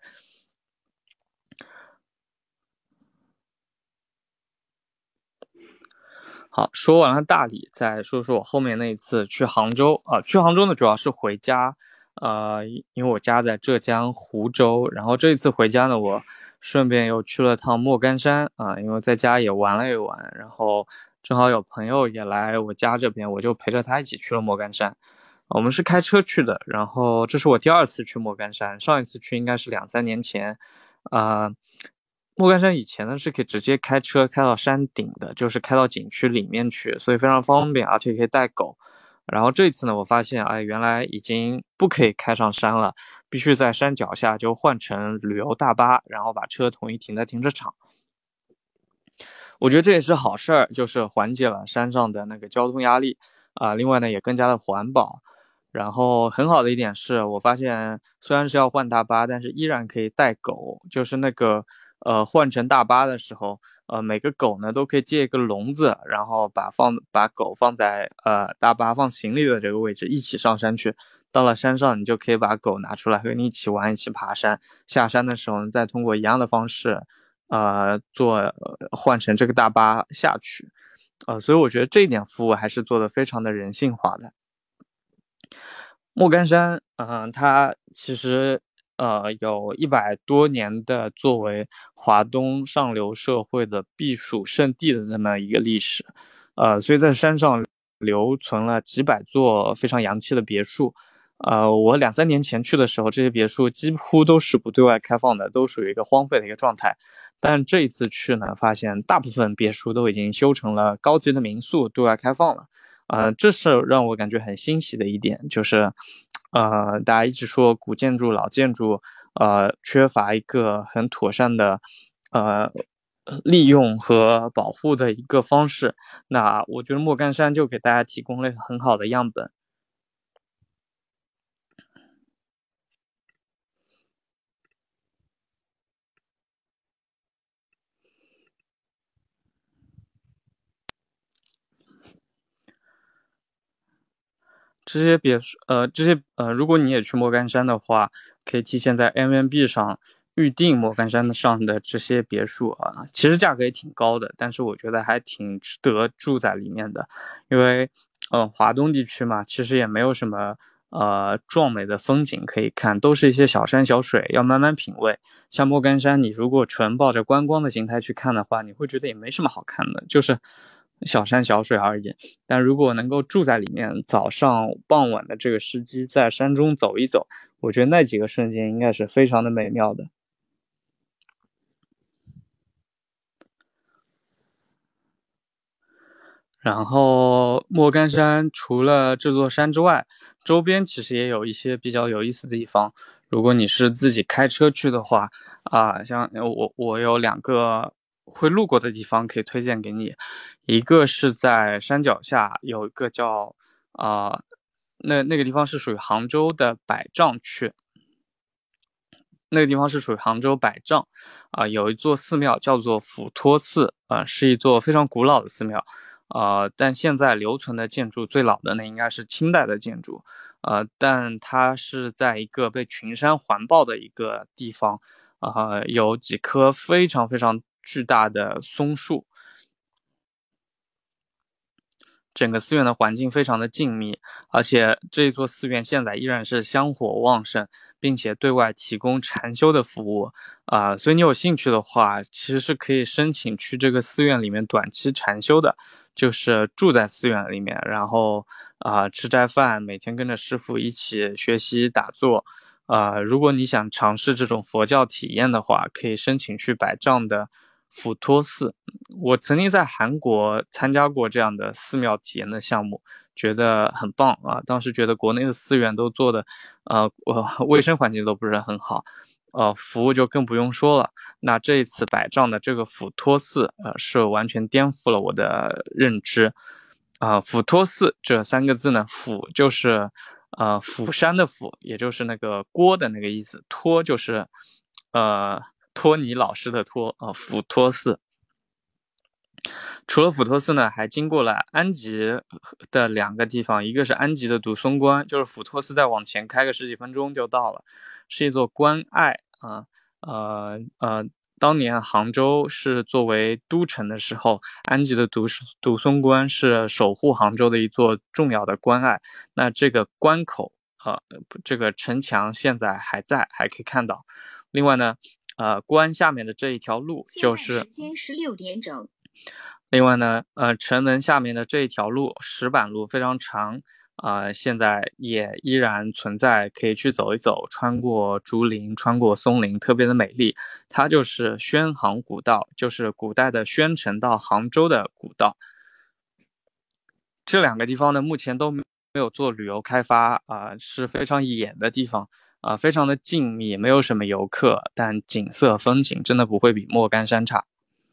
好，说完了大理，再说说我后面那一次去杭州啊、呃。去杭州呢，主要是回家，呃，因为我家在浙江湖州。然后这一次回家呢，我顺便又去了趟莫干山啊、呃，因为在家也玩了一玩，然后正好有朋友也来我家这边，我就陪着他一起去了莫干山。我们是开车去的，然后这是我第二次去莫干山，上一次去应该是两三年前，啊、呃。莫干山以前呢是可以直接开车开到山顶的，就是开到景区里面去，所以非常方便，而且可以带狗。然后这次呢，我发现，哎，原来已经不可以开上山了，必须在山脚下就换成旅游大巴，然后把车统一停在停车场。我觉得这也是好事儿，就是缓解了山上的那个交通压力啊、呃。另外呢，也更加的环保。然后很好的一点是我发现，虽然是要换大巴，但是依然可以带狗，就是那个呃换成大巴的时候，呃每个狗呢都可以借一个笼子，然后把放把狗放在呃大巴放行李的这个位置，一起上山去。到了山上，你就可以把狗拿出来和你一起玩，一起爬山。下山的时候，再通过一样的方式，呃做、呃、换成这个大巴下去。呃，所以我觉得这一点服务还是做得非常的人性化的。莫干山，嗯、呃，它其实呃有一百多年的作为华东上流社会的避暑胜地的这么一个历史，呃，所以在山上留存了几百座非常洋气的别墅。呃，我两三年前去的时候，这些别墅几乎都是不对外开放的，都属于一个荒废的一个状态。但这一次去呢，发现大部分别墅都已经修成了高级的民宿，对外开放了。呃，这是让我感觉很欣喜的一点，就是，呃，大家一直说古建筑、老建筑，呃，缺乏一个很妥善的，呃，利用和保护的一个方式。那我觉得莫干山就给大家提供了很好的样本。这些别墅，呃，这些呃，如果你也去莫干山的话，可以提前在 Airbnb 上预定莫干山上的这些别墅啊，其实价格也挺高的，但是我觉得还挺值得住在里面的，因为，呃，华东地区嘛，其实也没有什么呃壮美的风景可以看，都是一些小山小水，要慢慢品味。像莫干山，你如果纯抱着观光的心态去看的话，你会觉得也没什么好看的，就是小山小水而已。但如果能够住在里面，早上傍晚的这个时机在山中走一走，我觉得那几个瞬间应该是非常的美妙的。然后莫干山除了这座山之外，周边其实也有一些比较有意思的地方。如果你是自己开车去的话，啊，像我我有两个会路过的地方可以推荐给你，一个是在山脚下有一个叫啊、呃，那那个地方是属于杭州的百丈区，那个地方是属于杭州百丈，啊、呃，有一座寺庙叫做抚托寺，啊、呃，是一座非常古老的寺庙，呃，但现在留存的建筑最老的呢应该是清代的建筑，呃，但它是在一个被群山环抱的一个地方，呃，有几棵非常非常巨大的松树，整个寺院的环境非常的静谧，而且这座寺院现在依然是香火旺盛，并且对外提供禅修的服务啊、呃，所以你有兴趣的话，其实是可以申请去这个寺院里面短期禅修的，就是住在寺院里面，然后啊、呃、吃斋饭，每天跟着师傅一起学习打坐。 呃，如果你想尝试这种佛教体验的话，可以申请去百丈的普陀寺。我曾经在韩国参加过这样的寺庙体验的项目，觉得很棒啊！当时觉得国内的寺院都做的，呃，呃卫生环境都不是很好，呃，服务就更不用说了。那这一次百丈的这个普陀寺，呃，是完全颠覆了我的认知。啊、呃，普陀寺这三个字呢，普就是呃釜山的釜，也就是那个锅的那个意思，托就是呃托尼老师的托啊、呃，普陀寺。除了普陀寺呢，还经过了安吉的两个地方，一个是安吉的独松关，就是普陀寺再往前开个十几分钟就到了，是一座关隘啊，呃呃，当年杭州是作为都城的时候，安吉的独独松关是守护杭州的一座重要的关隘。那这个关口，呃，这个城墙现在还在，还可以看到。另外呢，呃，关下面的这一条路就是时间十六点整。 另外呢，呃，城门下面的这一条路，石板路非常长，呃，现在也依然存在，可以去走一走，穿过竹林，穿过松林，特别的美丽。它就是宣杭古道，就是古代的宣城到杭州的古道。这两个地方呢，目前都没有做旅游开发啊、呃，是非常野的地方啊、呃，非常的静谧，没有什么游客，但景色风景真的不会比莫干山差。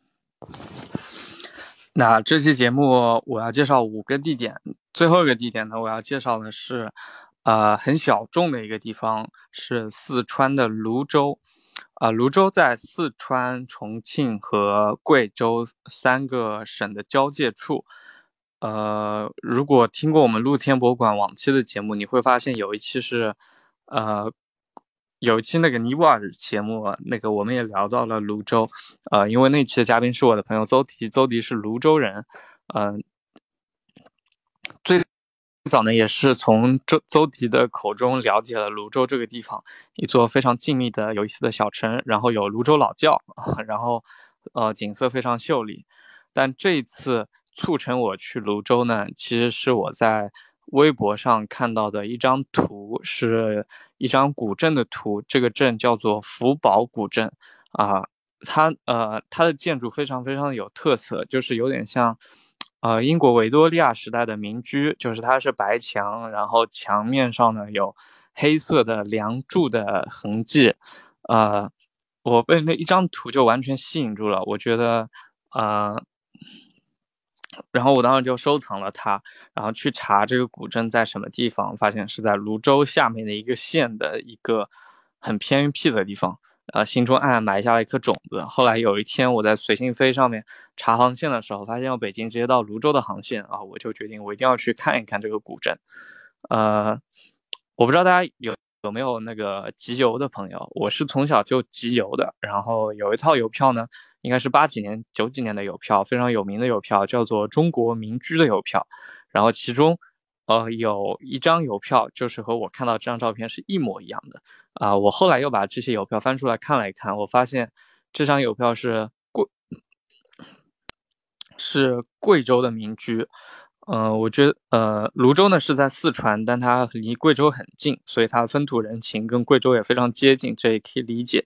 那这期节目我要介绍五个地点，最后一个地点呢，我要介绍的是呃很小众的一个地方，是四川的泸州。啊、呃，泸州在四川、重庆和贵州三个省的交界处。呃，如果听过我们露天博物馆往期的节目，你会发现有一期是呃有一期那个尼泊尔的节目，那个我们也聊到了泸州，呃，因为那期的嘉宾是我的朋友邹迪，邹迪是泸州人，嗯、呃，最早呢也是从邹邹迪的口中了解了泸州这个地方，一座非常静谧的有意思的小城，然后有泸州老窖，然后呃景色非常秀丽。但这一次促成我去泸州呢，其实是我在微博上看到的一张图，是一张古镇的图，这个镇叫做福宝古镇啊、呃，它呃它的建筑非常非常有特色，就是有点像呃英国维多利亚时代的民居，就是它是白墙，然后墙面上呢有黑色的梁柱的痕迹，呃，我被那一张图就完全吸引住了，我觉得呃。然后我当时就收藏了它，然后去查这个古镇在什么地方，发现是在泸州下面的一个县的一个很偏僻的地方，呃，心中暗暗埋下了一颗种子。后来有一天我在随心飞上面查航线的时候，发现有北京直接到泸州的航线啊，我就决定我一定要去看一看这个古镇。呃，我不知道大家有有没有那个集邮的朋友，我是从小就集邮的，然后有一套邮票呢，应该是八几年、九几年的邮票，非常有名的邮票，叫做中国民居的邮票。然后其中，呃，有一张邮票就是和我看到这张照片是一模一样的啊、呃。我后来又把这些邮票翻出来看了一看，我发现这张邮票是贵，是贵州的民居。呃，我觉得呃，泸州呢是在四川，但它离贵州很近，所以它的风土人情跟贵州也非常接近，这也可以理解。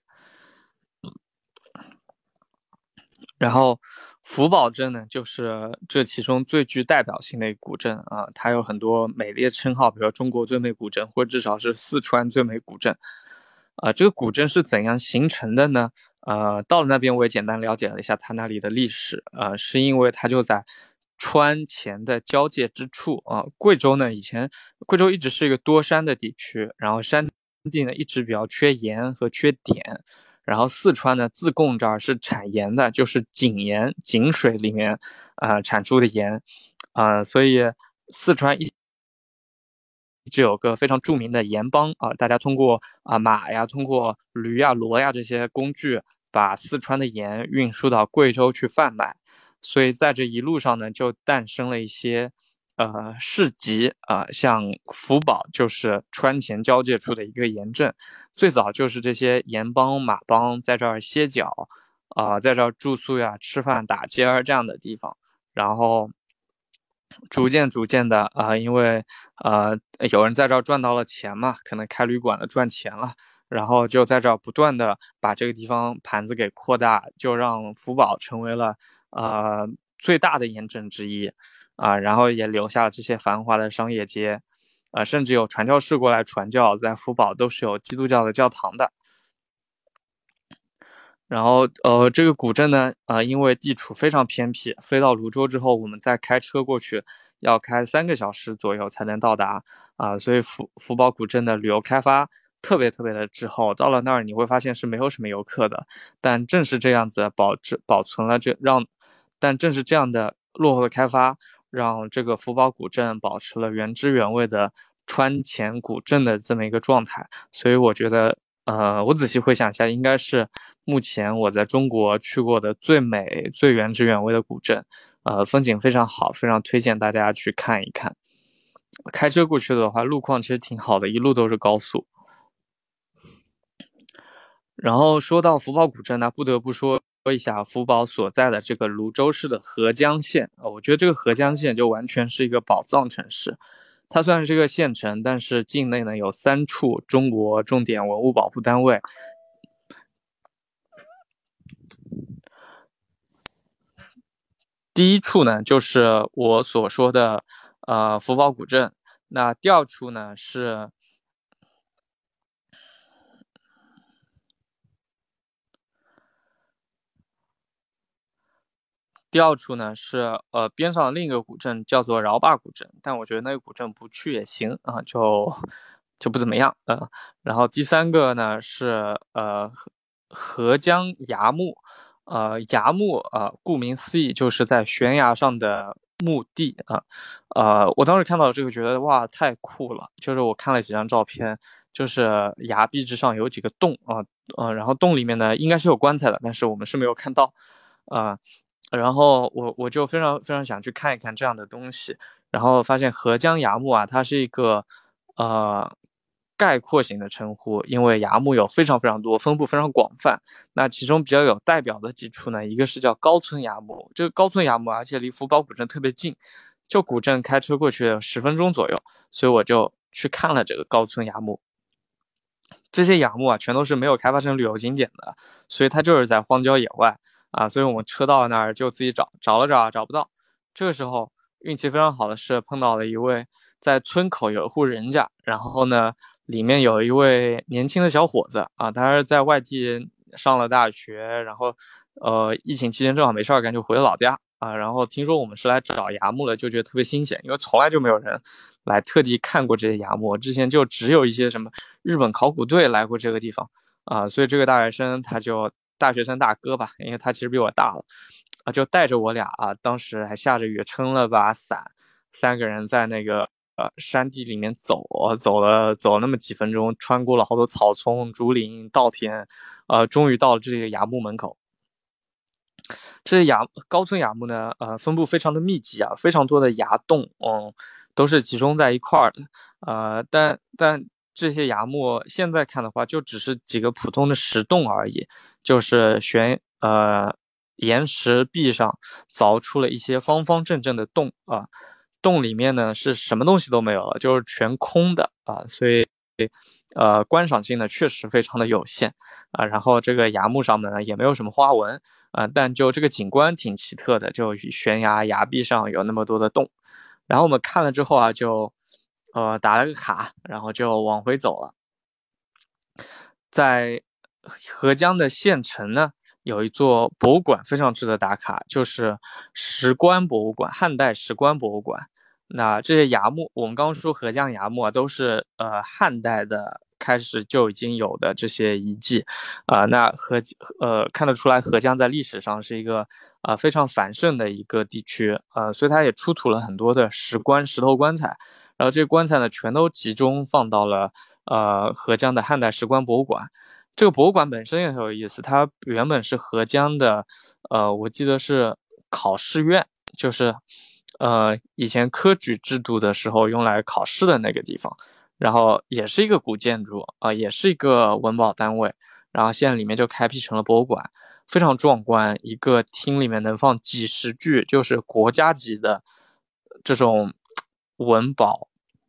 然后福宝镇呢，就是这其中最具代表性的一个古镇啊、呃，它有很多美丽的称号，比如中国最美古镇，或者至少是四川最美古镇。啊、呃，这个古镇是怎样形成的呢？呃，到了那边我也简单了解了一下它那里的历史，呃，是因为它就在川黔的交界之处啊、呃。贵州呢，以前贵州一直是一个多山的地区，然后山地呢一直比较缺盐和缺碘。然后四川呢，自贡这儿是产盐的，就是井盐，井水里面啊、呃、产出的盐啊、呃，所以四川一直有个非常著名的盐帮啊、呃，大家通过啊、呃、马呀，通过驴呀、骡呀这些工具，把四川的盐运输到贵州去贩卖，所以在这一路上呢，就诞生了一些呃市集啊、呃，像福宝就是川黔交界处的一个盐镇，最早就是这些盐帮马帮在这儿歇脚啊、呃，在这儿住宿呀、吃饭、打尖儿这样的地方，然后逐渐逐渐的啊、呃，因为呃有人在这儿赚到了钱嘛，可能开旅馆的赚钱了，然后就在这儿不断的把这个地方盘子给扩大，就让福宝成为了呃最大的盐镇之一啊、呃，然后也留下了这些繁华的商业街，呃，甚至有传教士过来传教，在福宝都是有基督教的教堂的。然后，呃，这个古镇呢，呃，因为地处非常偏僻，飞到泸州之后，我们再开车过去，要开三个小时左右才能到达啊、呃，所以福福宝古镇的旅游开发特别特别的滞后。到了那儿，你会发现是没有什么游客的。但正是这样子保持保存了这让，但正是这样的落后的开发，让这个福宝古镇保持了原汁原味的川黔古镇的这么一个状态。所以我觉得。呃，我仔细回想一下，应该是目前我在中国去过的最美、最原汁原味的古镇，呃，风景非常好，非常推荐大家去看一看。开车过去的话，路况其实挺好的，一路都是高速。然后说到福宝古镇呢，不得不说一下福宝所在的这个泸州市的合江县啊、呃，我觉得这个合江县就完全是一个宝藏城市。它虽然是一个县城，但是境内呢有三处中国重点文物保护单位。第一处呢，就是我所说的呃福宝古镇。那第二处呢是第二处呢是呃边上的另一个古镇，叫做饶坝古镇，但我觉得那个古镇不去也行啊、呃，就就不怎么样呃。然后第三个呢是呃合江崖墓，呃崖墓呃顾名思义就是在悬崖上的墓地啊。呃我当时看到这个觉得哇太酷了，就是我看了几张照片，就是崖壁之上有几个洞啊呃然后洞里面呢应该是有棺材的，但是我们是没有看到啊。呃然后我我就非常非常想去看一看这样的东西，然后发现合江崖墓啊，它是一个呃概括型的称呼，因为崖墓有非常非常多，分布非常广泛。那其中比较有代表的几处呢，一个是叫高村崖墓，这个高村崖墓而且离福宝古镇特别近，就古镇开车过去十分钟左右，所以我就去看了这个高村崖墓。这些崖墓啊，全都是没有开发成旅游景点的，所以它就是在荒郊野外啊。所以我们车到那儿就自己找，找了找找不到。这个时候运气非常好的是碰到了一位在村口有一户人家，然后呢，里面有一位年轻的小伙子啊，他是在外地上了大学，然后呃，疫情期间正好没事干，就回了老家啊。然后听说我们是来找崖墓的，就觉得特别新鲜，因为从来就没有人来特地看过这些崖墓，之前就只有一些什么日本考古队来过这个地方啊，所以这个大学生他就大学生大哥吧，因为他其实比我大了啊，就带着我俩啊，当时还下着雨，撑了把伞，三个人在那个呃山地里面走，走了走了那么几分钟，穿过了好多草丛、竹林、稻田，呃，终于到了这个崖墓门口。这些崖高村崖墓呢，呃，分布非常的密集啊，非常多的崖洞，嗯，都是集中在一块儿的，呃，但但这些崖墓现在看的话，就只是几个普通的石洞而已，就是悬呃岩石壁上凿出了一些方方正正的洞啊，洞里面呢是什么东西都没有了，就是全空的啊，所以呃观赏性呢确实非常的有限啊，然后这个崖墓上面呢也没有什么花纹。啊、呃，但就这个景观挺奇特的，就悬崖崖壁上有那么多的洞，然后我们看了之后啊，就呃打了个卡，然后就往回走了。在合江的县城呢，有一座博物馆非常值得打卡，就是石棺博物馆，汉代石棺博物馆。那这些崖墓，我们刚刚说合江崖墓啊，都是呃汉代的开始就已经有的这些遗迹，啊、呃，那合呃看得出来合江在历史上是一个啊、呃、非常繁盛的一个地区，呃，所以它也出土了很多的石棺、石头棺材，然后这些棺材呢全都集中放到了呃合江的汉代石棺博物馆。这个博物馆本身也很有意思，它原本是合江的，呃，我记得是考试院，就是呃以前科举制度的时候用来考试的那个地方，然后也是一个古建筑啊、呃，也是一个文保单位，然后现在里面就开辟成了博物馆，非常壮观，一个厅里面能放几十具，就是国家级的这种文保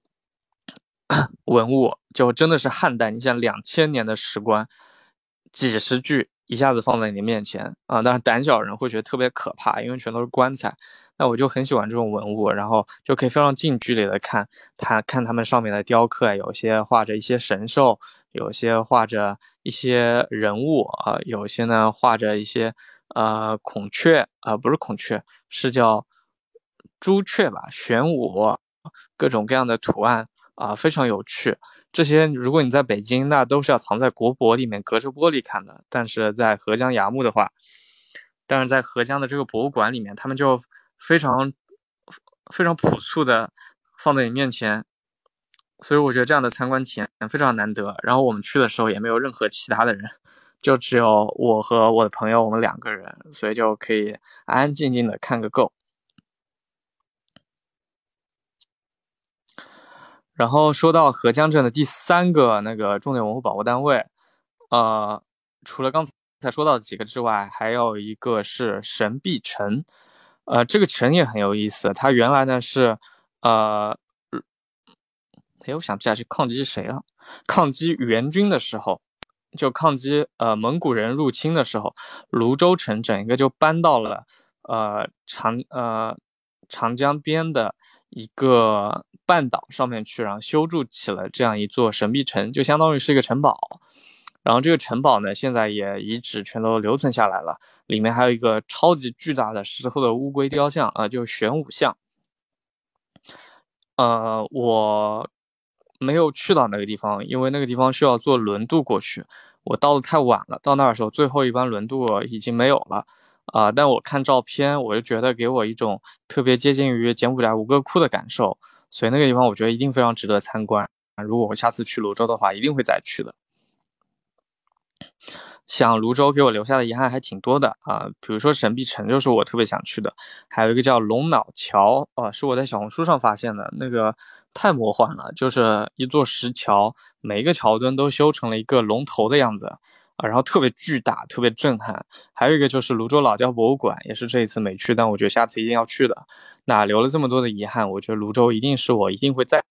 文物，就真的是汉代，你像两千年的史官，几十具一下子放在你面前啊，但是胆小人会觉得特别可怕，因为全都是棺材。那我就很喜欢这种文物，然后就可以非常近距离的看它，看他们上面的雕刻，有些画着一些神兽，有些画着一些人物啊、呃，有些呢画着一些呃孔雀啊、呃，不是孔雀，是叫朱雀吧，玄武，各种各样的图案啊、呃，非常有趣。这些如果你在北京，那都是要藏在国博里面，隔着玻璃看的。但是在合江崖墓的话，但是在合江的这个博物馆里面，他们就非常非常朴素的放在你面前，所以我觉得这样的参观体验非常难得。然后我们去的时候也没有任何其他的人，就只有我和我的朋友，我们两个人，所以就可以安安静静的看个够。然后说到合江镇的第三个那个重点文物保护单位，呃，除了刚才说到的几个之外，还有一个是神臂城。呃，这个城也很有意思，它原来呢是，呃，哎，我想不起来是抗击谁了。抗击元军的时候，就抗击呃蒙古人入侵的时候，泸州城整个就搬到了呃长呃长江边的一个半岛上面去，然后修筑起了这样一座神臂城，就相当于是一个城堡。然后这个城堡呢，现在也遗址全都留存下来了，里面还有一个超级巨大的石头的乌龟雕像啊、呃，就是玄武像。呃，我没有去到那个地方，因为那个地方需要坐轮渡过去，我到的太晚了，到那儿的时候最后一班轮渡已经没有了啊、呃。但我看照片，我就觉得给我一种特别接近于柬埔寨吴哥窟的感受，所以那个地方我觉得一定非常值得参观。如果我下次去泸州的话，一定会再去的。像泸州给我留下的遗憾还挺多的啊、呃，比如说神臂城就是我特别想去的，还有一个叫龙脑桥啊、呃，是我在小红书上发现的，那个太魔幻了，就是一座石桥，每一个桥墩都修成了一个龙头的样子啊、呃，然后特别巨大，特别震撼。还有一个就是泸州老窖博物馆，也是这一次没去，但我觉得下次一定要去的。那留了这么多的遗憾，我觉得泸州一定是我一定会再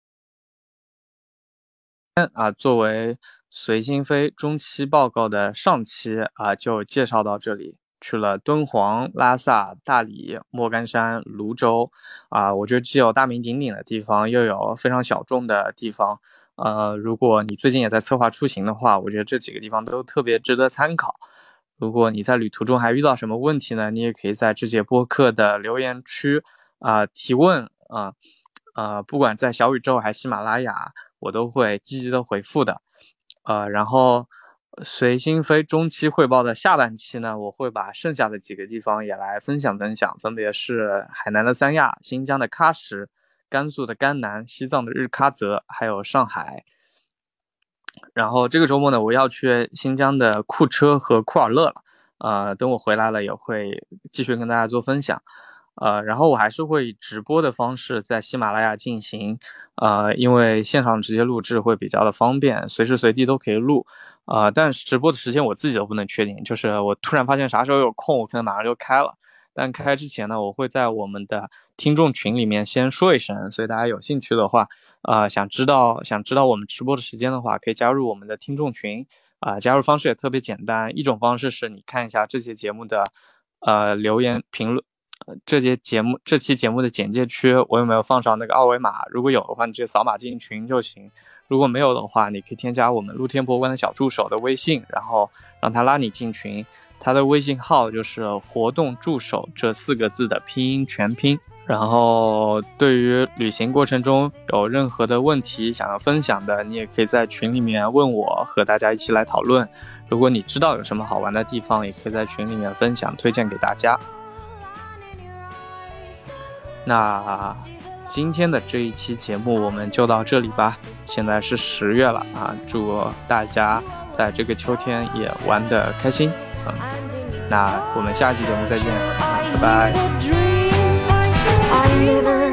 啊，作为随心飞中期报告的上期啊，就介绍到这里，去了敦煌、拉萨、大理、莫干山、泸州啊，我觉得既有大名鼎鼎的地方，又有非常小众的地方。呃，如果你最近也在策划出行的话，我觉得这几个地方都特别值得参考。如果你在旅途中还遇到什么问题呢，你也可以在这节播客的留言区啊提问啊，呃，不管在小宇宙还是喜马拉雅，我都会积极的回复的。呃，然后随心飞中期汇报的下半期呢，我会把剩下的几个地方也来分享分享，分别是海南的三亚、新疆的喀什、甘肃的甘南、西藏的日喀则，还有上海。然后这个周末呢，我要去新疆的库车和库尔勒了，呃，等我回来了也会继续跟大家做分享。呃，然后我还是会以直播的方式在喜马拉雅进行，呃，因为现场直接录制会比较的方便，随时随地都可以录，呃，但是直播的时间我自己都不能确定，就是我突然发现啥时候有空，我可能马上就开了，但开之前呢，我会在我们的听众群里面先说一声，所以大家有兴趣的话，呃，想知道想知道我们直播的时间的话，可以加入我们的听众群，啊、呃，加入方式也特别简单，一种方式是你看一下这期节目的，呃，留言评论。这节节目这期节目的简介区我有没有放上那个二维码，如果有的话你直接扫码进群就行，如果没有的话你可以添加我们露天博物馆的小助手的微信，然后让他拉你进群，他的微信号就是活动助手这四个字的拼音全拼。然后对于旅行过程中有任何的问题想要分享的，你也可以在群里面问我，和大家一起来讨论，如果你知道有什么好玩的地方，也可以在群里面分享推荐给大家。那今天的这一期节目我们就到这里吧，现在是十月了啊，祝大家在这个秋天也玩得开心，嗯，那我们下期节目再见，拜拜。